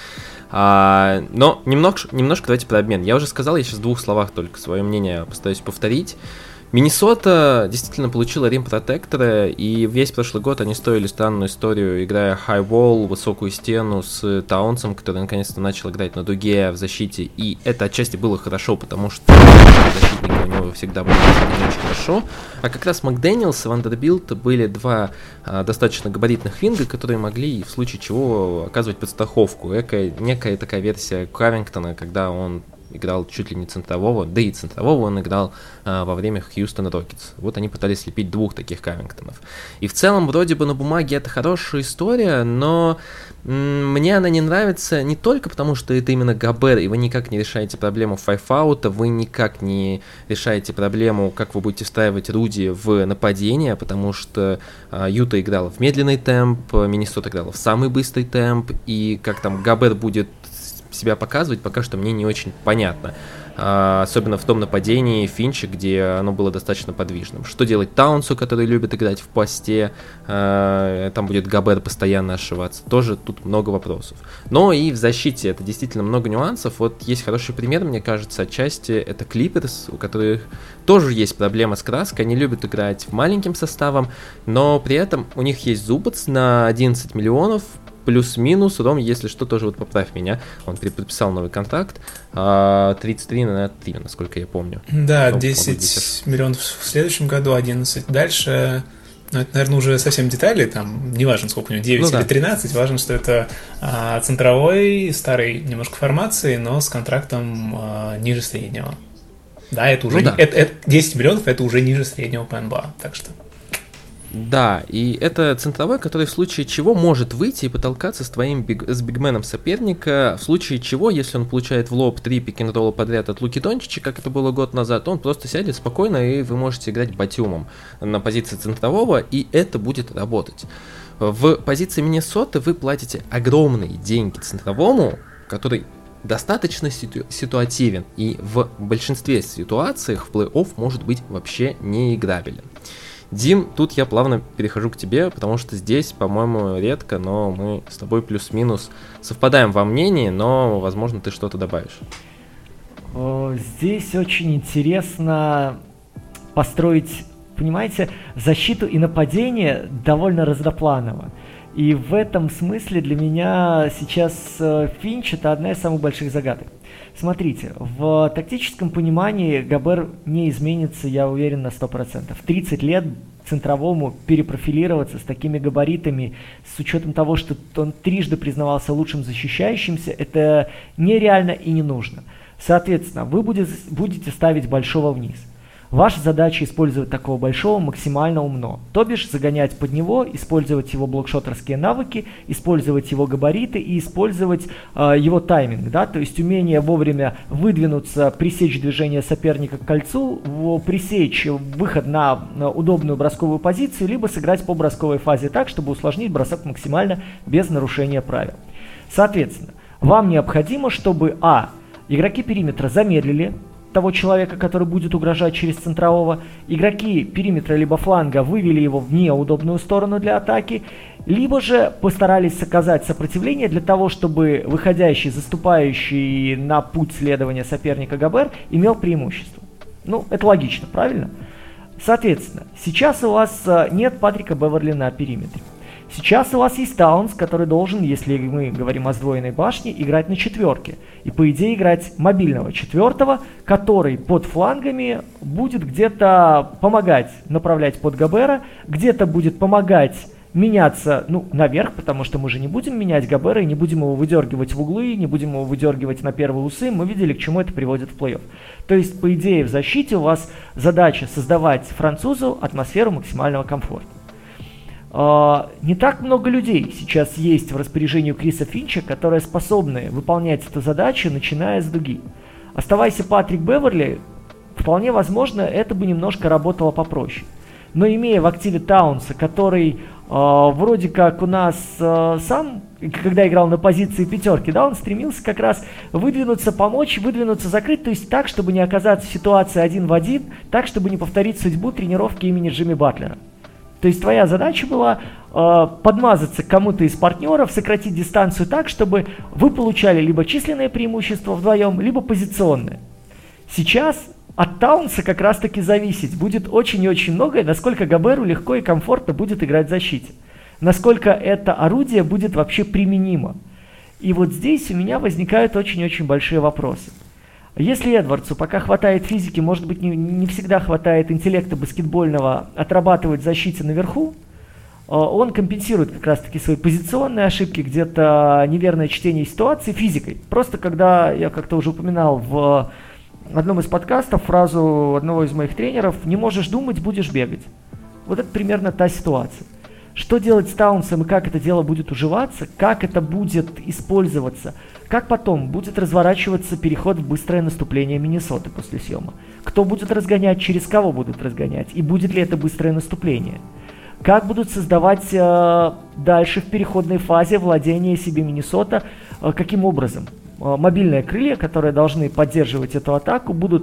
А, но немножко, немножко давайте про обмен. Я уже сказал, я сейчас в двух словах только свое мнение постараюсь повторить. Миннесота действительно получила Рим Протектора, и весь прошлый год они стоили странную историю, играя хай-волл, высокую стену с Таунсом, который наконец-то начал играть на дуге в защите, и это отчасти было хорошо, потому что защитники у него всегда были не очень хорошо, а как раз Макдэниелс и Вандербилт были два а, достаточно габаритных винга, которые могли в случае чего оказывать подстраховку, некая, некая такая версия Каррингтона, когда он играл чуть ли не центрового, да и центрового он играл а, во время Хьюстон Рокетс. Вот они пытались слепить двух таких Каррингтонов. И в целом, вроде бы на бумаге это хорошая история, но м- мне она не нравится не только потому, что это именно Гобер, и вы никак не решаете проблему файфаута, вы никак не решаете проблему, как вы будете встраивать Руди в нападение, потому что а, Юта играла в медленный темп, Миннесота играла в самый быстрый темп, и как там Гобер будет себя показывать, пока что мне не очень понятно. А, особенно в том нападении Финча, где оно было достаточно подвижным. Что делать Таунсу, который любит играть в посте? А, там будет Гобер постоянно ошибаться. Тоже тут много вопросов. Но и в защите это действительно много нюансов. Вот есть хороший пример, мне кажется, отчасти это Клиперс, у которых тоже есть проблема с краской. Они любят играть в маленьким составом, но при этом у них есть Зубац на одиннадцать миллионов, плюс-минус, Ром, если что, тоже вот поправь меня, он переподписал новый контракт, тридцать три на три, насколько я помню. Да, десять миллионов в следующем году, одиннадцать дальше, ну, это, наверное, уже совсем детали, там, не важно, сколько у него, девять ну, или да. тринадцать, важно, что это а, центровой, старой немножко формации, но с контрактом а, ниже среднего. Да, это уже, ну, да. Это, это, десять миллионов, это уже ниже среднего по эн би эй, так что... Да, и это центровой, который в случае чего может выйти и потолкаться с твоим биг, с бигменом соперника, в случае чего, если он получает в лоб три пик-н-ролла подряд от Луки Дончича, как это было год назад, он просто сядет спокойно, и вы можете играть Батюмом на позиции центрового, и это будет работать. В позиции Миннесоты вы платите огромные деньги центровому, который достаточно ситу- ситуативен, и в большинстве ситуаций в плей-офф может быть вообще неиграбелен. Дим, тут я плавно перехожу к тебе, потому что здесь, по-моему, редко, но мы с тобой плюс-минус совпадаем во мнении, но, возможно, ты что-то добавишь. Здесь очень интересно построить, понимаете, защиту и нападение довольно разнопланово. И в этом смысле для меня сейчас Финч — это одна из самых больших загадок. Смотрите, в тактическом понимании Гобер не изменится, я уверен, на сто процентов. тридцать лет центровому перепрофилироваться с такими габаритами, с учетом того, что он трижды признавался лучшим защищающимся, это нереально и не нужно. Соответственно, вы будете, будете ставить большого вниз. Ваша задача использовать такого большого максимально умно, то бишь загонять под него, использовать его блокшотерские навыки, использовать его габариты и использовать э, его тайминг, да, то есть умение вовремя выдвинуться, пресечь движение соперника к кольцу, пресечь выход на, на удобную бросковую позицию, либо сыграть по бросковой фазе так, чтобы усложнить бросок максимально без нарушения правил. Соответственно, вам необходимо, чтобы а. игроки периметра замедлили того человека, который будет угрожать через центрового, игроки периметра либо фланга вывели его в неудобную сторону для атаки, либо же постарались оказать сопротивление для того, чтобы выходящий, заступающий на путь следования соперника Гобер имел преимущество. Ну, это логично, правильно? Соответственно, сейчас у вас нет Патрика Беверли на периметре. Сейчас у вас есть Таунс, который должен, если мы говорим о сдвоенной башне, играть на четверке. И по идее играть мобильного четвертого, который под флангами будет где-то помогать направлять под Гобера, где-то будет помогать меняться, ну, наверх, потому что мы же не будем менять Гобера и не будем его выдергивать в углы, не будем его выдергивать на первые усы. Мы видели, к чему это приводит в плей-офф. То есть, по идее, в защите у вас задача создавать французу атмосферу максимального комфорта. Uh, не так много людей сейчас есть в распоряжении у Криса Финча, которые способны выполнять эту задачу, начиная с дуги. Оставайся Патрик Беверли, вполне возможно, это бы немножко работало попроще. Но имея в активе Таунса, который э, вроде как у нас э, сам, когда играл на позиции пятерки, да, он стремился как раз выдвинуться, помочь, выдвинуться, закрыть, то есть так, чтобы не оказаться в ситуации один в один, так, чтобы не повторить судьбу тренировки имени Джимми Батлера. То есть твоя задача была э, подмазаться к кому-то из партнеров, сократить дистанцию так, чтобы вы получали либо численное преимущество вдвоем, либо позиционное. Сейчас от Таунса как раз-таки зависеть будет очень и очень многое, насколько Гоберу легко и комфортно будет играть в защите. Насколько это орудие будет вообще применимо. И вот здесь у меня возникают очень-очень большие вопросы. Если Эдвардсу пока хватает физики, может быть, не, не всегда хватает интеллекта баскетбольного отрабатывать в защите наверху, он компенсирует как раз-таки свои позиционные ошибки, где-то неверное чтение ситуации физикой. Просто когда, я как-то уже упоминал в одном из подкастов фразу одного из моих тренеров: «Не можешь думать, будешь бегать». Вот это примерно та ситуация. Что делать с Таунсом и как это дело будет уживаться, как это будет использоваться, как потом будет разворачиваться переход в быстрое наступление Миннесоты после съема, кто будет разгонять, через кого будут разгонять, и будет ли это быстрое наступление, как будут создавать э, дальше в переходной фазе владение себе Миннесота, э, каким образом. Э, мобильные крылья, которые должны поддерживать эту атаку, будут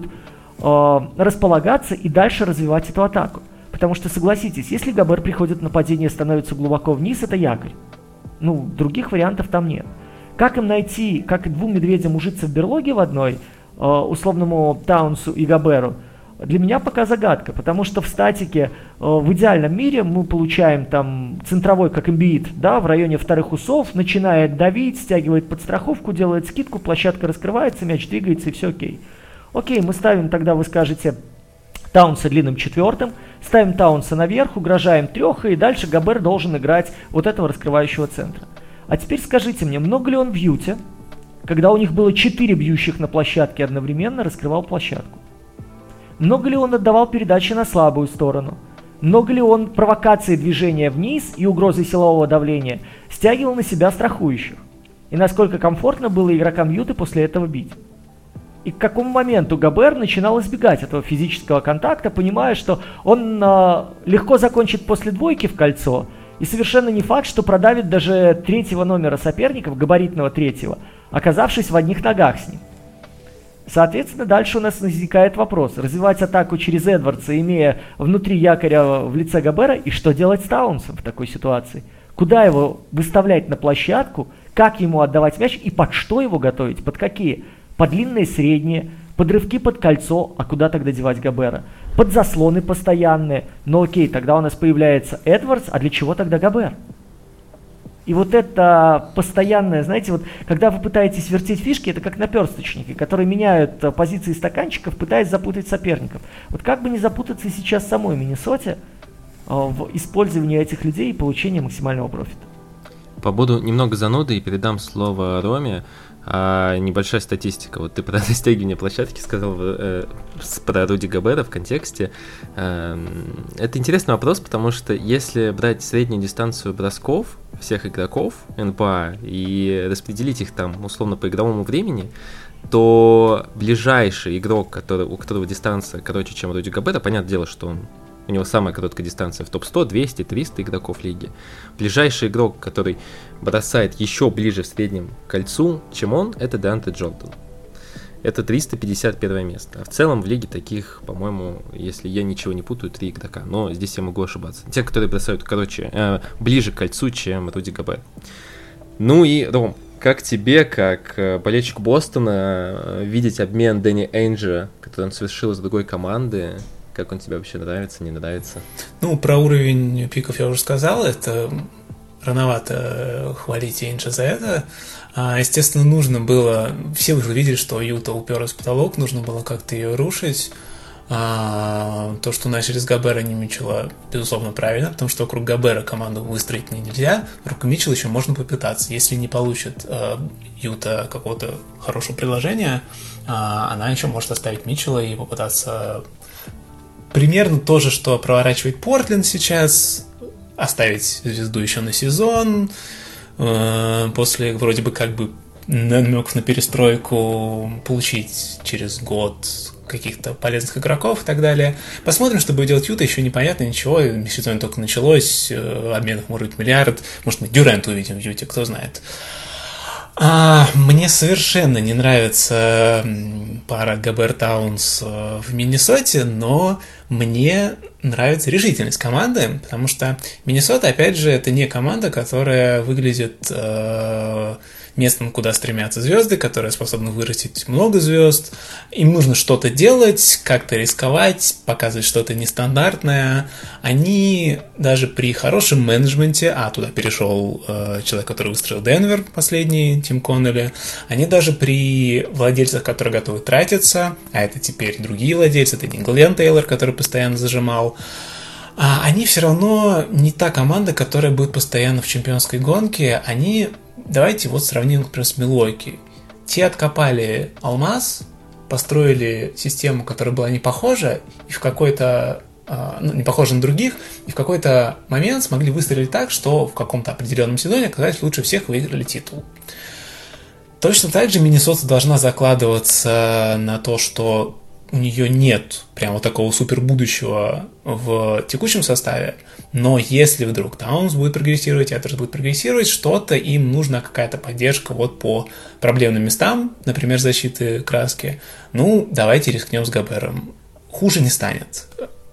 э, располагаться и дальше развивать эту атаку. Потому что, согласитесь, если Гобер приходит в нападение и становится глубоко вниз, это якорь. Ну, других вариантов там нет. Как им найти, как двум медведям ужиться в берлоге в одной, э, условному Таунсу и Гоберу, для меня пока загадка. Потому что в статике э, в идеальном мире мы получаем там центровой, как Эмбиид, да, в районе вторых усов, начинает давить, стягивает подстраховку, делает скидку, площадка раскрывается, мяч двигается и все окей. Окей, мы ставим тогда, вы скажете, Таунса длинным четвертым, ставим Таунса наверх, угрожаем трехой, и дальше Гобер должен играть вот этого раскрывающего центра. А теперь скажите мне, много ли он в Юте, когда у них было четыре бьющих на площадке одновременно, раскрывал площадку? Много ли он отдавал передачи на слабую сторону? Много ли он провокации движения вниз и угрозы силового давления стягивал на себя страхующих? И насколько комфортно было игрокам Юты после этого бить? И к какому моменту Гобер начинал избегать этого физического контакта, понимая, что он э, легко закончит после двойки в кольцо, и совершенно не факт, что продавит даже третьего номера соперников, габаритного третьего, оказавшись в одних ногах с ним. Соответственно, дальше у нас возникает вопрос: развивать атаку через Эдвардса, имея внутри якоря в лице Гобера, и что делать с Таунсом в такой ситуации? Куда его выставлять на площадку, как ему отдавать мяч и под что его готовить, под какие? Под длинные средние, под рывки под кольцо, а куда тогда девать Гобера? Под заслоны постоянные, но окей, тогда у нас появляется Эдвардс, а для чего тогда Гобер? И вот это постоянное, знаете, вот когда вы пытаетесь вертеть фишки, это как наперсточники, которые меняют позиции стаканчиков, пытаясь запутать соперников. Вот как бы не запутаться сейчас в самой Миннесоте в использовании этих людей и получении максимального профита. Побуду немного занудой и передам слово Роме. А, небольшая статистика. Вот ты про растягивание площадки сказал э, про Руди Гобера в контексте. Э, это интересный вопрос, потому что если брать среднюю дистанцию бросков всех игроков эн бэ а и распределить их там условно по игровому времени, то ближайший игрок, который, у которого дистанция короче, чем Руди Гобера, понятное дело, что он у него самая короткая дистанция в топ сто, двести, триста игроков лиги. Ближайший игрок, который бросает еще ближе в среднем к кольцу, чем он, это Деандре Джордан. Это триста пятьдесят первое место. А в целом в лиге таких, по-моему, если я ничего не путаю, три игрока. Но здесь я могу ошибаться. Те, которые бросают, короче, э, ближе к кольцу, чем Руди Гобер. Ну и, Ром, как тебе, как болельщик Бостона, видеть обмен Дэнни Эйнджа, который он совершил из другой команды? Как он тебе вообще нравится, не нравится? Ну, про уровень пиков я уже сказал. Это рановато хвалить Эйнджа за это. А, естественно, нужно было... Все уже видели, что Юта уперлась в потолок, нужно было как-то ее рушить. А, то, что начали с Гобера, не Митчелла, безусловно, правильно, потому что вокруг Гобера команду выстроить нельзя, вокруг Митчелла еще можно попытаться. Если не получит а, Юта какого-то хорошего предложения, а, она еще может оставить Митчелла и попытаться примерно то же, что проворачивает Портленд сейчас, оставить звезду еще на сезон, а, после вроде бы как бы намеков на перестройку получить через год каких-то полезных игроков и так далее. Посмотрим, что будет делать Юта, еще непонятно ничего, сезон только началось, обменов может быть миллиард, может мы Дюрента увидим в Юте, кто знает. А, мне совершенно не нравится пара Гобер-Таунс в Миннесоте, но мне нравится решительность команды, потому что Миннесота, опять же, это не команда, которая выглядит э, местом, куда стремятся звезды, которая способна вырастить много звезд. Им нужно что-то делать, как-то рисковать, показывать что-то нестандартное. Они даже при хорошем менеджменте, а туда перешел э, человек, который выстроил Денвер последний, Тим Коннелли, они даже при владельцах, которые готовы тратиться, а это теперь другие владельцы, это не Глен Тейлор, который постоянно зажимал, а они все равно не та команда, которая будет постоянно в чемпионской гонке. Они, давайте вот сравним, например, с Милуоки. Те откопали алмаз, построили систему, которая была не похожа, и в какой-то, ну, не похожа на других, и в какой-то момент смогли выстрелить так, что в каком-то определенном сезоне оказались лучше всех и выиграли титул. Точно так же Миннесота должна закладываться на то, что у нее нет прямо такого супер будущего в текущем составе, но если вдруг Таунс будет прогрессировать, Эдвардс будет прогрессировать, что-то им нужна какая-то поддержка вот по проблемным местам, например, защиты краски, ну, давайте рискнем с Гобером. Хуже не станет.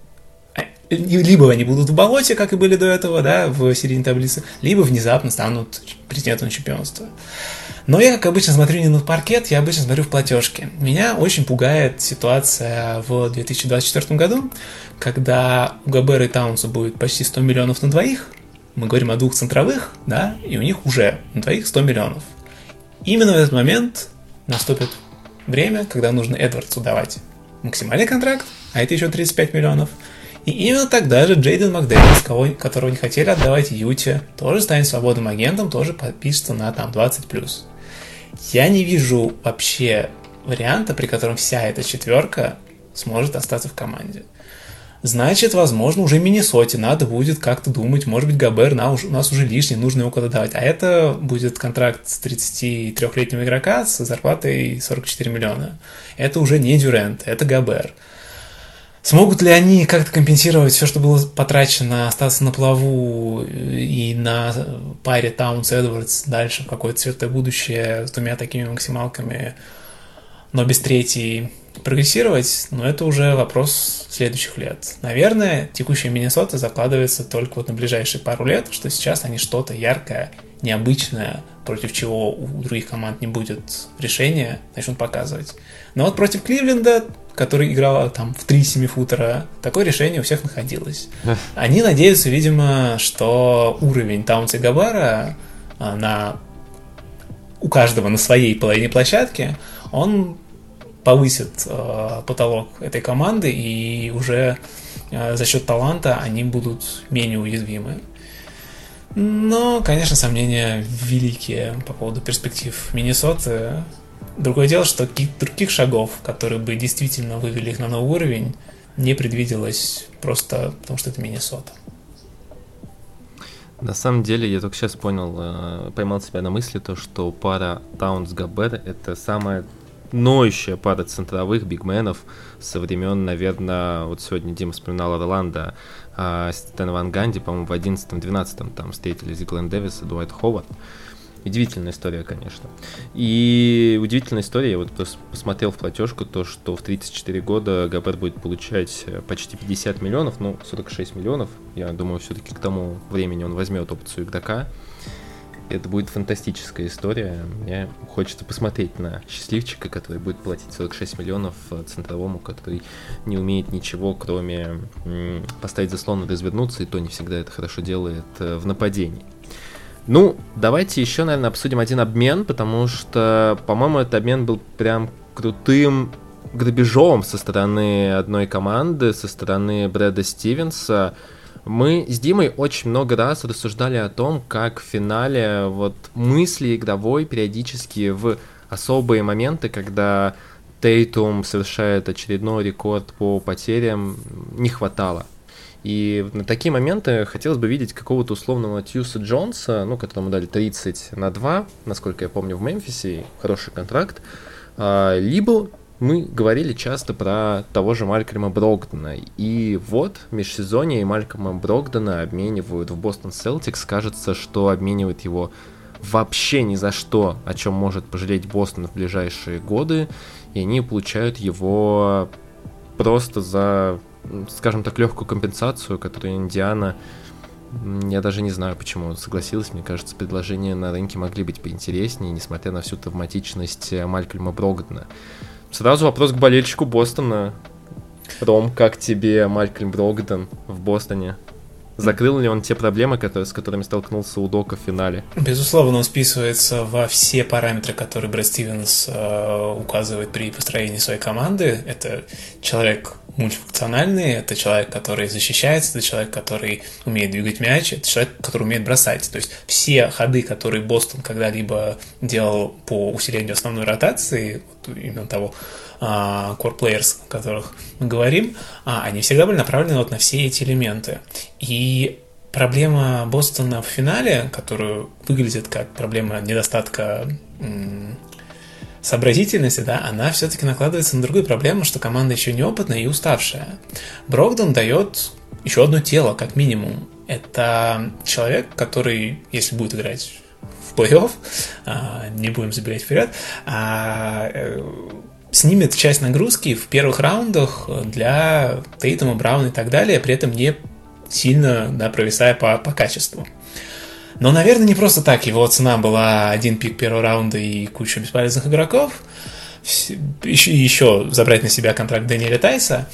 Либо они будут в болоте, как и были до этого, да, в середине таблицы, либо внезапно станут претендентом на чемпионство. Но я, как обычно, смотрю не на паркет, я обычно смотрю в платежки. Меня очень пугает ситуация в две тысячи двадцать четвёртом году, когда у Гобера и Таунса будет почти сто миллионов на двоих. Мы говорим о двух центровых, да, и у них уже на двоих сто миллионов. Именно в этот момент наступит время, когда нужно Эдвардсу давать максимальный контракт, а это еще тридцать пять миллионов. И именно тогда же Джейден Макдэвис, кого, которого не хотели отдавать Юте, тоже станет свободным агентом, тоже подпишется на там двадцать плюс. Я не вижу вообще варианта, при котором вся эта четверка сможет остаться в команде. Значит, возможно, уже Миннесоте надо будет как-то думать, может быть, Гобер на, у нас уже лишний, нужно его куда-то давать. А это будет контракт с тридцатитрёхлетнего игрока с зарплатой сорок четыре миллиона. Это уже не Дюрент, это Гобер. Смогут ли они как-то компенсировать все, что было потрачено, остаться на плаву и на паре Таунс-Эдвардс дальше в какое-то светлое будущее с двумя такими максималками, но без третьей прогрессировать? Но это уже вопрос следующих лет. Наверное, текущая Миннесота закладывается только вот на ближайшие пару лет, что сейчас они что-то яркое, необычное, против чего у других команд не будет решения, начнут показывать. Но вот против Кливленда, который играл там в три семифутера, такое решение у всех находилось. Они надеются, видимо, что уровень Таунса и Гобера на, у каждого на своей половине площадки, он повысит э, потолок этой команды, и уже э, за счет таланта они будут менее уязвимы. Но, конечно, сомнения великие по поводу перспектив Миннесоты. Другое дело, что каких-то других шагов, которые бы действительно вывели их на новый уровень, не предвиделось просто потому, что это Миннесота. На самом деле, я только сейчас понял, поймал себя на мысли, то, что пара Таунс-Гобер — это самая ноющая пара центровых бигменов со времен, наверное, вот сегодня Дима вспоминал Орландо, а Стэн Ван Ганди, по-моему, в одиннадцатом-двенадцатом там встретились Глен Дэвис и Дуайт Ховард. Удивительная история, конечно. И удивительная история, я вот посмотрел в платежку, то, что в тридцать четыре года Гобер будет получать почти пятьдесят миллионов, ну, сорок шесть миллионов. Я думаю, все-таки к тому времени он возьмет опцию игрока. Это будет фантастическая история. Мне хочется посмотреть на счастливчика, который будет платить сорок шесть миллионов центровому, который не умеет ничего, кроме м- поставить заслон и развернуться, и то не всегда это хорошо делает в нападении. Ну, давайте еще, наверное, обсудим один обмен, потому что, по-моему, этот обмен был прям крутым грабежом со стороны одной команды, со стороны Брэда Стивенса. Мы с Димой очень много раз рассуждали о том, как в финале вот мысли игровой периодически в особые моменты, когда Тейтум совершает очередной рекорд по потерям, не хватало. И на такие моменты хотелось бы видеть какого-то условного Тьюса Джонса, ну, которому дали тридцать на два, насколько я помню, в Мемфисе, хороший контракт, либо мы говорили часто про того же Малькольма Брогдона. И вот в межсезонье Малькольма Брогдона обменивают в Бостон Селтикс. Кажется, что обменивают его вообще ни за что, о чем может пожалеть Бостон в ближайшие годы. И они получают его просто за, скажем так, легкую компенсацию, которую Индиана... Я даже не знаю, почему согласилась. Мне кажется, предложения на рынке могли быть поинтереснее, несмотря на всю травматичность Малькольма Брогдона. Сразу вопрос к болельщику Бостона. Ром, как тебе Малькольм Брогдон в Бостоне? Закрыл ли он те проблемы, которые, с которыми столкнулся Удока в финале? Безусловно, он списывается во все параметры, которые Брэд Стивенс э, указывает при построении своей команды. Это человек мультифункциональный, это человек, который защищается, это человек, который умеет двигать мяч, это человек, который умеет бросать. То есть все ходы, которые Бостон когда-либо делал по усилению основной ротации, вот именно того uh, core players, о которых мы говорим, uh, они всегда были направлены вот на все эти элементы. И проблема Бостона в финале, которая выглядит как проблема недостатка м- сообразительности, да, она все-таки накладывается на другую проблему, что команда еще неопытная и уставшая. Брогдон дает еще одно тело, как минимум. Это человек, который, если будет играть в плей-офф, не будем забегать вперед, снимет часть нагрузки в первых раундах для Тейтума, Брауна и так далее, при этом не сильно, да, провисая по, по качеству. Но, наверное, не просто так. Его цена была один пик первого раунда и куча бесполезных игроков. Еще, еще забрать на себя контракт Дэниеля Тайса.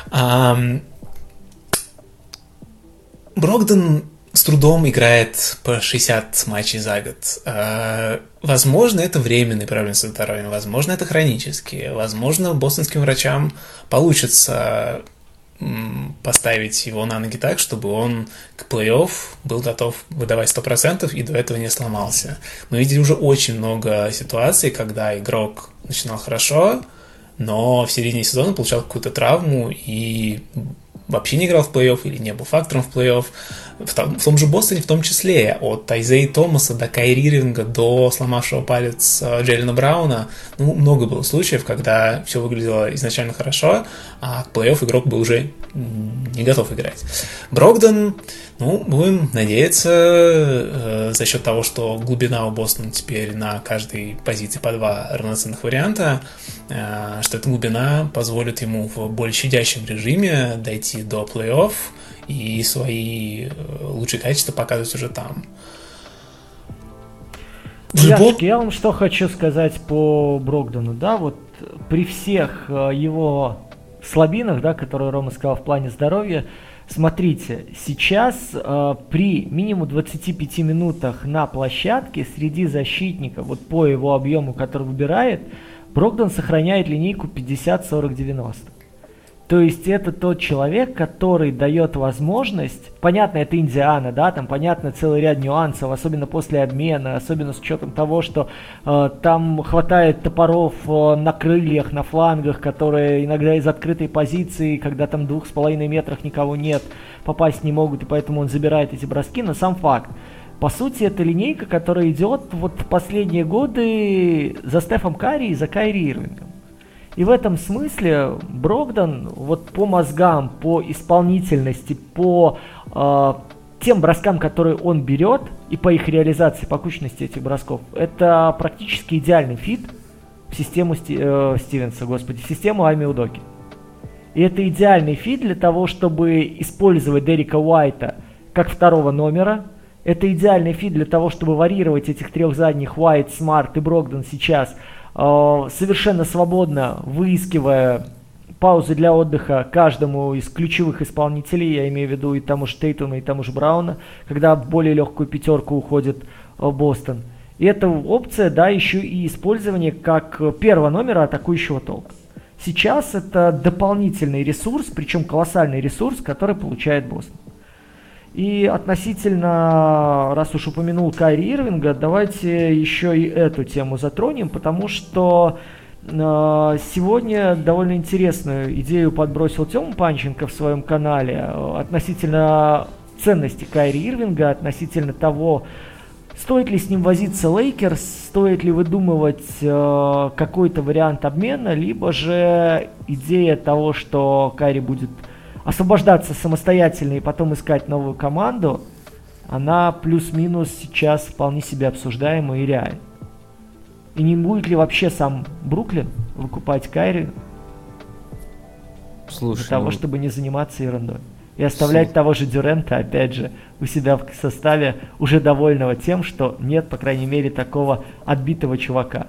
Брогдон с трудом играет по шестьдесят матчей за год. Возможно, это временные проблемы со здоровьем, возможно, это хронические. Возможно, бостонским врачам получится поставить его на ноги так, чтобы он к плей-офф был готов выдавать сто процентов и до этого не сломался. Мы видели уже очень много ситуаций, когда игрок начинал хорошо, но в середине сезона получал какую-то травму и вообще не играл в плей-офф или не был фактором в плей-офф. В том, в том же Бостоне в том числе, от Айзеи Томаса до Кайри Ирвинга до сломавшего палец Джейлена Брауна, ну, много было случаев, когда все выглядело изначально хорошо, а к плей-офф игрок был уже не готов играть. Брогдон, ну, будем надеяться, э, за счет того, что глубина у Бостона теперь на каждой позиции по два равноценных варианта, э, что эта глубина позволит ему в более щадящем режиме дойти до плей-офф и свои лучшие качества показывать уже там. Яшки, я вам что хочу сказать по Брогдону, да, вот при всех его слабинах, да, которые Рома сказал в плане здоровья, смотрите, сейчас э, при минимум двадцати пяти минутах на площадке среди защитников, вот по его объему, который выбирает, Брогдон сохраняет линейку пятьдесят сорок девяносто. То есть это тот человек, который дает возможность, понятно, это Индиана, да, там понятно целый ряд нюансов, особенно после обмена, особенно с учетом того, что э, там хватает топоров э, на крыльях, на флангах, которые иногда из открытой позиции, когда там в двух с половиной метрах никого нет, попасть не могут, и поэтому он забирает эти броски, но сам факт. По сути, это линейка, которая идет вот в последние годы за Стефом Карри и за Кайри Ирвингом. И в этом смысле Брогдон вот по мозгам, по исполнительности, по э, тем броскам, которые он берет, и по их реализации, по кучности этих бросков, это практически идеальный фит в систему Сти, э, Стивенса, господи, в систему Айми Удоки. И это идеальный фит для того, чтобы использовать Дерека Уайта как второго номера. Это идеальный фит для того, чтобы варьировать этих трех задних, Уайт, Смарт и Брогдон сейчас, совершенно свободно выискивая паузы для отдыха каждому из ключевых исполнителей, я имею в виду и тому же Тейтума, и тому же Брауна, когда в более легкую пятерку уходит Бостон. И эта опция, да, еще и использование как первого номера атакующего толка. сейчас это дополнительный ресурс, причем колоссальный ресурс, который получает Бостон. И относительно, раз уж упомянул Кайри Ирвинга, давайте еще и эту тему затронем, потому что э, сегодня довольно интересную идею подбросил Тёма Панченко в своем канале э, относительно ценности Кайри Ирвинга, относительно того, стоит ли с ним возиться Лейкерс, стоит ли выдумывать э, какой-то вариант обмена, либо же идея того, что Кайри будет освобождаться самостоятельно и потом искать новую команду, она плюс-минус сейчас вполне себе обсуждаема и реальна. И не будет ли вообще сам Бруклин выкупать Кайри Слушай, для того, ну... чтобы не заниматься ерундой? И оставлять Слушай. того же Дюрента, опять же, у себя в составе, уже довольного тем, что нет, по крайней мере, такого отбитого чувака.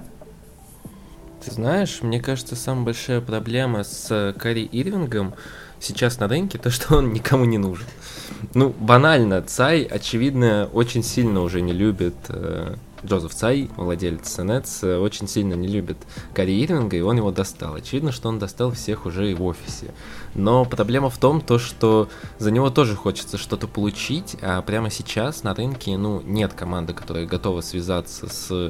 Ты знаешь, мне кажется, самая большая проблема с Кайри Ирвингом сейчас на рынке, то, что он никому не нужен. Ну, банально, Цай, очевидно, очень сильно уже не любит, э, Джозеф Цай, владелец Нетс, э, очень сильно не любит Кайри Ирвинга, и он его достал. Очевидно, что он достал всех уже и в офисе. Но проблема в том, то, что за него тоже хочется что-то получить, а прямо сейчас на рынке, ну, нет команды, которая готова связаться с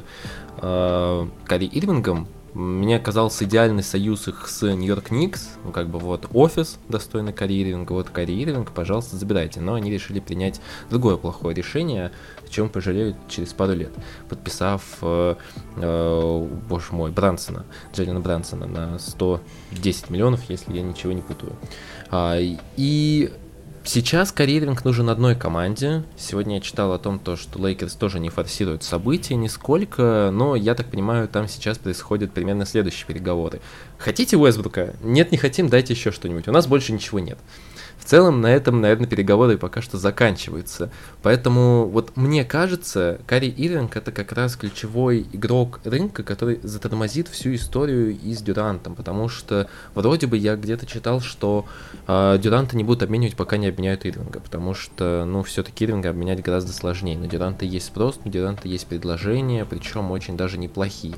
э, Кайри Ирвингом. Мне казался идеальный союз их с Нью-Йорк Никс, ну, как бы вот офис достойный Кайри Ирвинга, вот Кайри Ирвинг, пожалуйста, забирайте. Но они решили принять другое плохое решение, о чем пожалеют через пару лет, подписав, э, э, боже мой, Брансона, Джейлена Брансона на сто десять миллионов, если я ничего не путаю. А, и... Сейчас Кайри Ирвинг нужен одной команде. Сегодня я читал о том, то, что Лейкерс тоже не форсируют события нисколько, но я так понимаю, там сейчас происходят примерно следующие переговоры. Хотите Уэсбрука? Нет, не хотим, дайте еще что-нибудь. У нас больше ничего нет. В целом, на этом, наверное, переговоры пока что заканчиваются. Поэтому, вот мне кажется, Кайри Ирвинг — это как раз ключевой игрок рынка, который затормозит всю историю и с Дюрантом. Потому что, вроде бы, я где-то читал, что э, Дюранта не будут обменивать, пока не обменяют Ирвинга. Потому что, ну, все-таки Ирвинга обменять гораздо сложнее. На Дюранта есть спрос, на Дюранта есть предложения, причем очень даже неплохие.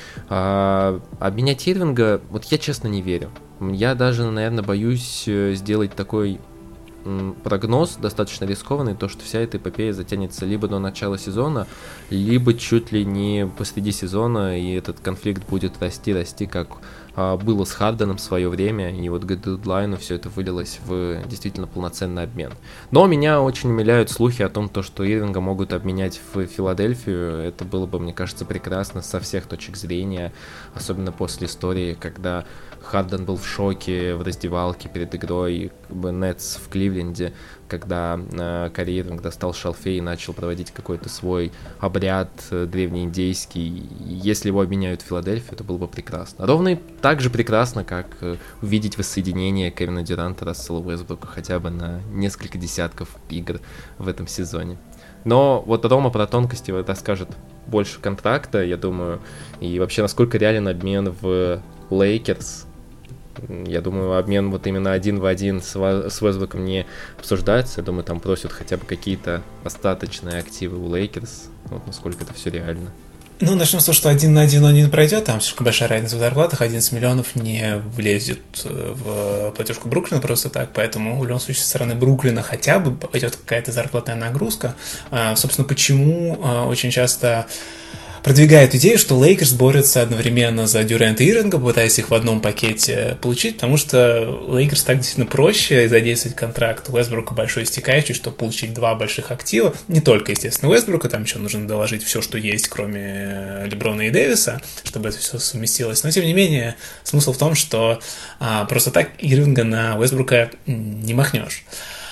А, обменять Ирвинга, вот я честно не верю. Я даже, наверное, боюсь сделать такой м, прогноз достаточно рискованный, то, что вся эта эпопея затянется либо до начала сезона, либо чуть ли не посреди сезона, и этот конфликт будет расти-расти, как а, было с Харденом в свое время, и вот к дедлайну все это вылилось в действительно полноценный обмен. Но меня очень умиляют слухи о том, то, что Ирвинга могут обменять в Филадельфию. Это было бы, мне кажется, прекрасно со всех точек зрения, особенно после истории, когда Харден был в шоке в раздевалке перед игрой Нетс в Кливленде, когда э, Кайри Ирвинг достал шалфей и начал проводить какой-то свой обряд э, древнеиндейский. Если его обменяют в Филадельфию, это было бы прекрасно. Ровно так же прекрасно, как э, увидеть воссоединение Кевина Дюранта, Рассела Уэсбрука хотя бы на несколько десятков игр в этом сезоне. Но вот Рома про тонкости расскажет больше контракта, я думаю, и вообще насколько реален обмен в Лейкерс. Я думаю, обмен вот именно один в один с Уэсбруком не обсуждается. Я думаю, там просят хотя бы какие-то остаточные активы у Лейкерс. Вот насколько это все реально. Ну, начнем с того, что один на один он не пройдет, там слишком большая разница в зарплатах, одиннадцать миллионов не влезет в платежку Бруклина просто так, поэтому в любом случае со стороны Бруклина хотя бы пойдет какая-то зарплатная нагрузка. Собственно, почему очень часто продвигает идею, что Лейкерс борются одновременно за Дюранта и Ирвинга, пытаясь их в одном пакете получить, потому что Лейкерс так действительно проще задействовать контракт Уэсбрука большой истекающий, чтобы получить два больших актива, не только, естественно, Уэсбрука, там еще нужно доложить все, что есть, кроме Леброна и Дэвиса, чтобы это все совместилось, но тем не менее смысл в том, что а, просто так Ирвинга на Уэсбрука не махнешь.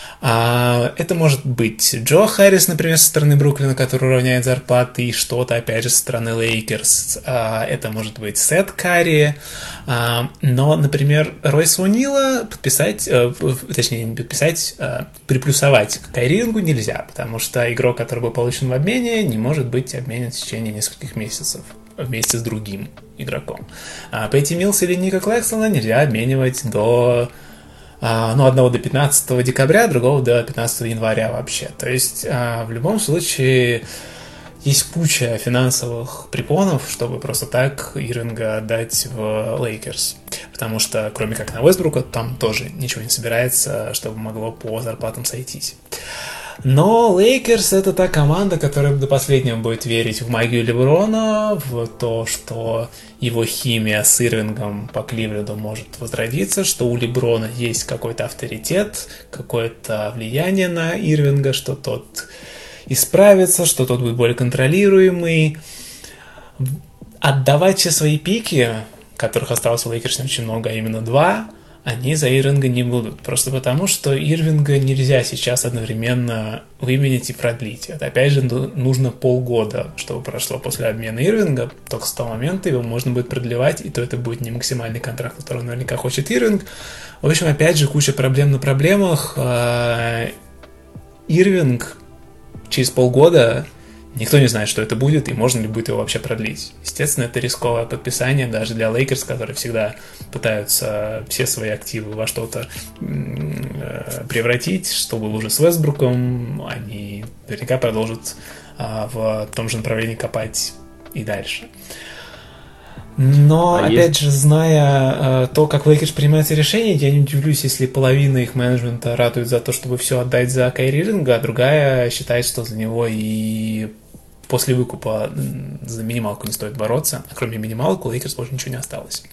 Это может быть Джо Харрис, например, со стороны Бруклина, который уравняет зарплаты, и что-то, опять же, со стороны Лейкерс. Это может быть Сет Карри. Но, например, Ройса О'Нила подписать, точнее, не подписать, приплюсовать к Кайри Ирвингу нельзя, потому что игрок, который был получен в обмене, не может быть обменен в течение нескольких месяцев вместе с другим игроком. Пэтти Милс или Ника Клэкстона нельзя обменивать до... Ну, одного до пятнадцатого декабря, другого до пятнадцатого января вообще. То есть, в любом случае, есть куча финансовых препонов, чтобы просто так Ирвинга отдать в Лейкерс. Потому что, кроме как на Уэстбрука, там тоже ничего не собирается, чтобы могло по зарплатам сойтись. Но Лейкерс — это та команда, которая до последнего будет верить в магию Леброна, в то, что его химия с Ирвингом по Кливленду может возродиться, что у Леброна есть какой-то авторитет, какое-то влияние на Ирвинга, что тот исправится, что тот будет более контролируемый. Отдавать все свои пики, которых осталось у Лейкерс очень много, а именно два, они за Ирвинга не будут. Просто потому, что Ирвинга нельзя сейчас одновременно выменять и продлить. Это, опять же, нужно полгода, чтобы прошло после обмена Ирвинга. Только с того момента его можно будет продлевать, и то это будет не максимальный контракт, который наверняка хочет Ирвинг. В общем, опять же, куча проблем на проблемах. Ирвинг через полгода... Никто не знает, что это будет, и можно ли будет его вообще продлить. Естественно, это рисковое подписание даже для Лейкерс, которые всегда пытаются все свои активы во что-то превратить, что было уже с Уэстбруком. Они наверняка продолжат в том же направлении копать и дальше. Но, а опять есть... же, зная то, как Лейкерс принимаются решения, я не удивлюсь, если половина их менеджмента ратует за то, чтобы все отдать за Кайри Ирвинга, а другая считает, что за него и после выкупа за минималку не стоит бороться. А кроме минималок у Лейкерс больше ничего не осталось.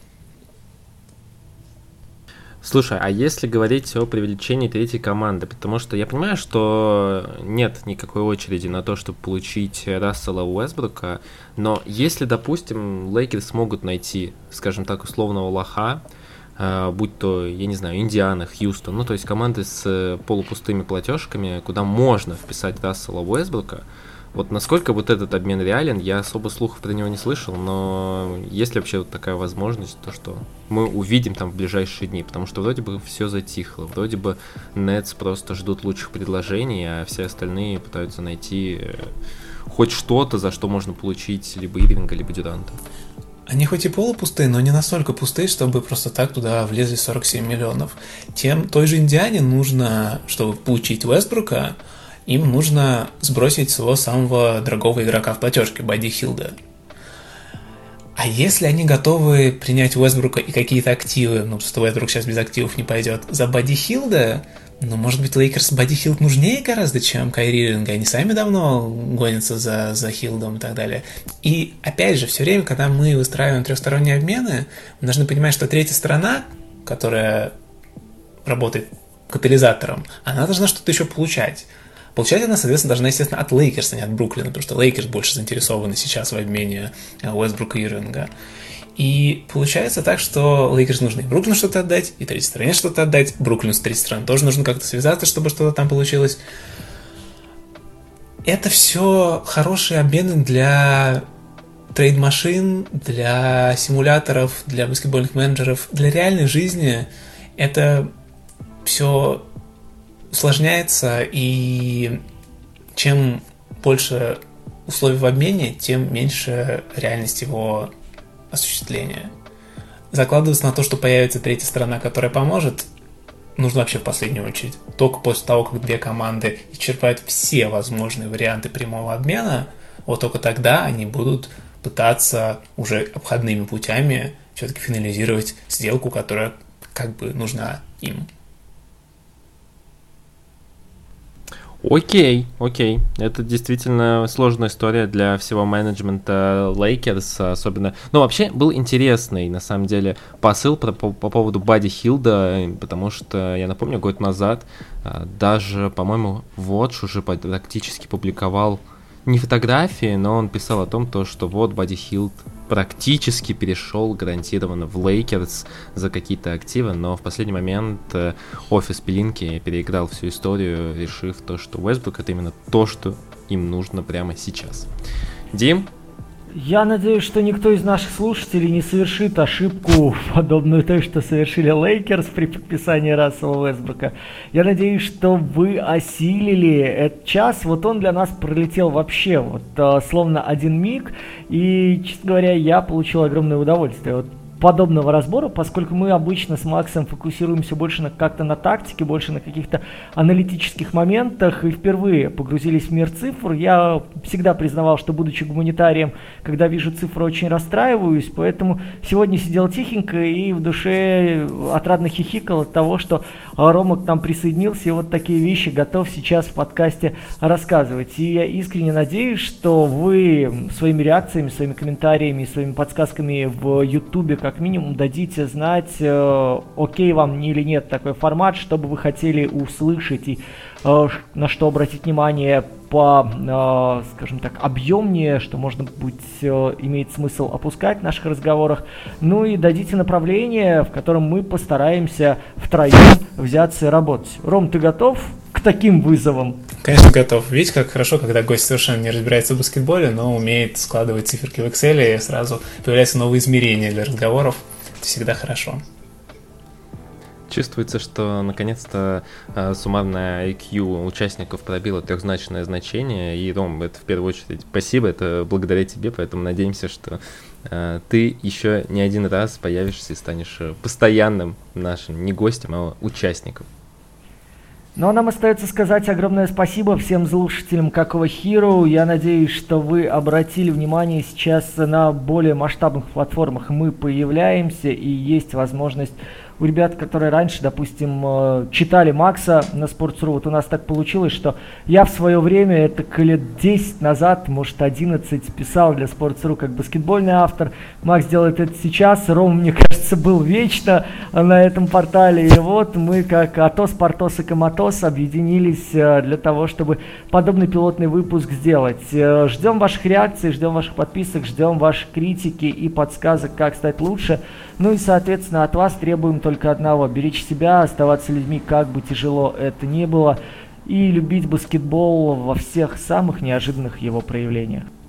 Слушай, а если говорить о привлечении третьей команды, потому что я понимаю, что нет никакой очереди на то, чтобы получить Рассела Уэстбрука, но если, допустим, Лейкерс смогут найти, скажем так, условного лоха, э, будь то, я не знаю, Индиана, Хьюстон, ну то есть команды с полупустыми платежками, куда можно вписать Рассела Уэстбрука, вот насколько вот этот обмен реален, я особо слухов про него не слышал, но есть ли вообще вот такая возможность, то что мы увидим там в ближайшие дни, потому что вроде бы все затихло, вроде бы Нетс просто ждут лучших предложений, а все остальные пытаются найти хоть что-то, за что можно получить либо Ирвинга, либо Дюранта. Они хоть и полупустые, но не настолько пустые, чтобы просто так туда влезли сорок семь миллионов. Тем той же Индиане нужно, чтобы получить Уэстбрука, им нужно сбросить своего самого дорогого игрока в платежке, Бадди Хилда. А если они готовы принять Уэстбрука и какие-то активы, ну, что Уэстбрук сейчас без активов не пойдет, за Бадди Хилда, ну, может быть, Лейкерс Бадди Хилд нужнее гораздо, чем Кайри Ирвинг. Они сами давно гонятся за, за Хилдом и так далее. И, опять же, все время, когда мы выстраиваем трехсторонние обмены, мы должны понимать, что третья сторона, которая работает катализатором, она должна что-то еще получать. Получать она, соответственно, должна, естественно, от Лейкерса, а не от Бруклина, потому что Лейкерс больше заинтересованы сейчас в обмене Уэстбрука и Ирвинга. И получается так, что Лейкерс нужно и Бруклину что-то отдать, и третьей стороне что-то отдать. Бруклину с третьей стороны тоже нужно как-то связаться, чтобы что-то там получилось. Это все хорошие обмены для трейд-машин, для симуляторов, для баскетбольных менеджеров. Для реальной жизни это все усложняется, и чем больше условий в обмене, тем меньше реальность его осуществления. Закладываться на то, что появится третья сторона, которая поможет, нужно вообще в последнюю очередь. Только после того, как две команды исчерпают все возможные варианты прямого обмена, вот только тогда они будут пытаться уже обходными путями все-таки финализировать сделку, которая как бы нужна им. Окей, окей. Это действительно сложная история для всего менеджмента Лейкерс, особенно... Ну, вообще, был интересный, на самом деле, посыл по, по, по поводу Бадди Хилда, потому что, я напомню, год назад даже, по-моему, Watch уже практически публиковал не фотографии, но он писал о том, то, что вот Бадди Хилд практически перешел гарантированно в Лейкерс за какие-то активы, но в последний момент э, офис Пелинки переиграл всю историю, решив то, что Уэстбрук — это именно то, что им нужно прямо сейчас. Дим? Я надеюсь, что никто из наших слушателей не совершит ошибку, подобную той, что совершили Лейкерс при подписании Рассела Уэстбрука. Я надеюсь, что вы осилили этот час. Вот он для нас пролетел вообще вот словно один миг. И, честно говоря, я получил огромное удовольствие. Вот подобного разбора, поскольку мы обычно с Максом фокусируемся больше на, как-то на тактике, больше на каких-то аналитических моментах, и впервые погрузились в мир цифр. Я всегда признавал, что, будучи гуманитарием, когда вижу цифры, очень расстраиваюсь, поэтому сегодня сидел тихенько и в душе отрадно хихикал от того, что Рома к нам присоединился и вот такие вещи готов сейчас в подкасте рассказывать. И я искренне надеюсь, что вы своими реакциями, своими комментариями, своими подсказками в Ютубе как минимум дадите знать, э, окей вам или нет такой формат, что бы вы хотели услышать и э, на что обратить внимание по, э, скажем так, объемнее, что, может быть, э, имеет смысл опускать в наших разговорах. Ну и дадите направление, в котором мы постараемся втроем взяться и работать. Ром, ты готов к таким вызовам? Конечно, готов. Видите, как хорошо, когда гость совершенно не разбирается в баскетболе, но умеет складывать циферки в Excel, и сразу появляются новые измерения для разговоров. Это всегда хорошо. Чувствуется, что наконец-то э, суммарное ай кью участников пробило трехзначное значение. И, Ром, это в первую очередь спасибо, это благодаря тебе, поэтому надеемся, что э, ты еще не один раз появишься и станешь постоянным нашим, не гостем, а участником. Ну а нам остается сказать огромное спасибо всем слушателям Какого Hero. Я надеюсь, что вы обратили внимание сейчас на более масштабных платформах. Мы появляемся, и есть возможность у ребят, которые раньше, допустим, читали Макса на Sports.ru. Вот у нас так получилось, что я в свое время, это лет десять назад, может одиннадцать, писал для Sports.ru как баскетбольный автор. Макс делает это сейчас. Рома, мне кажется, был вечно на этом портале. И вот мы, как Атос, Портос и Коматос, объединились для того, чтобы подобный пилотный выпуск сделать. Ждем ваших реакций, ждем ваших подписок, ждем вашей критики и подсказок, как стать лучше. Ну и, соответственно, от вас требуем только одного: беречь себя, оставаться людьми, как бы тяжело это ни было, и любить баскетбол во всех самых неожиданных его проявлениях.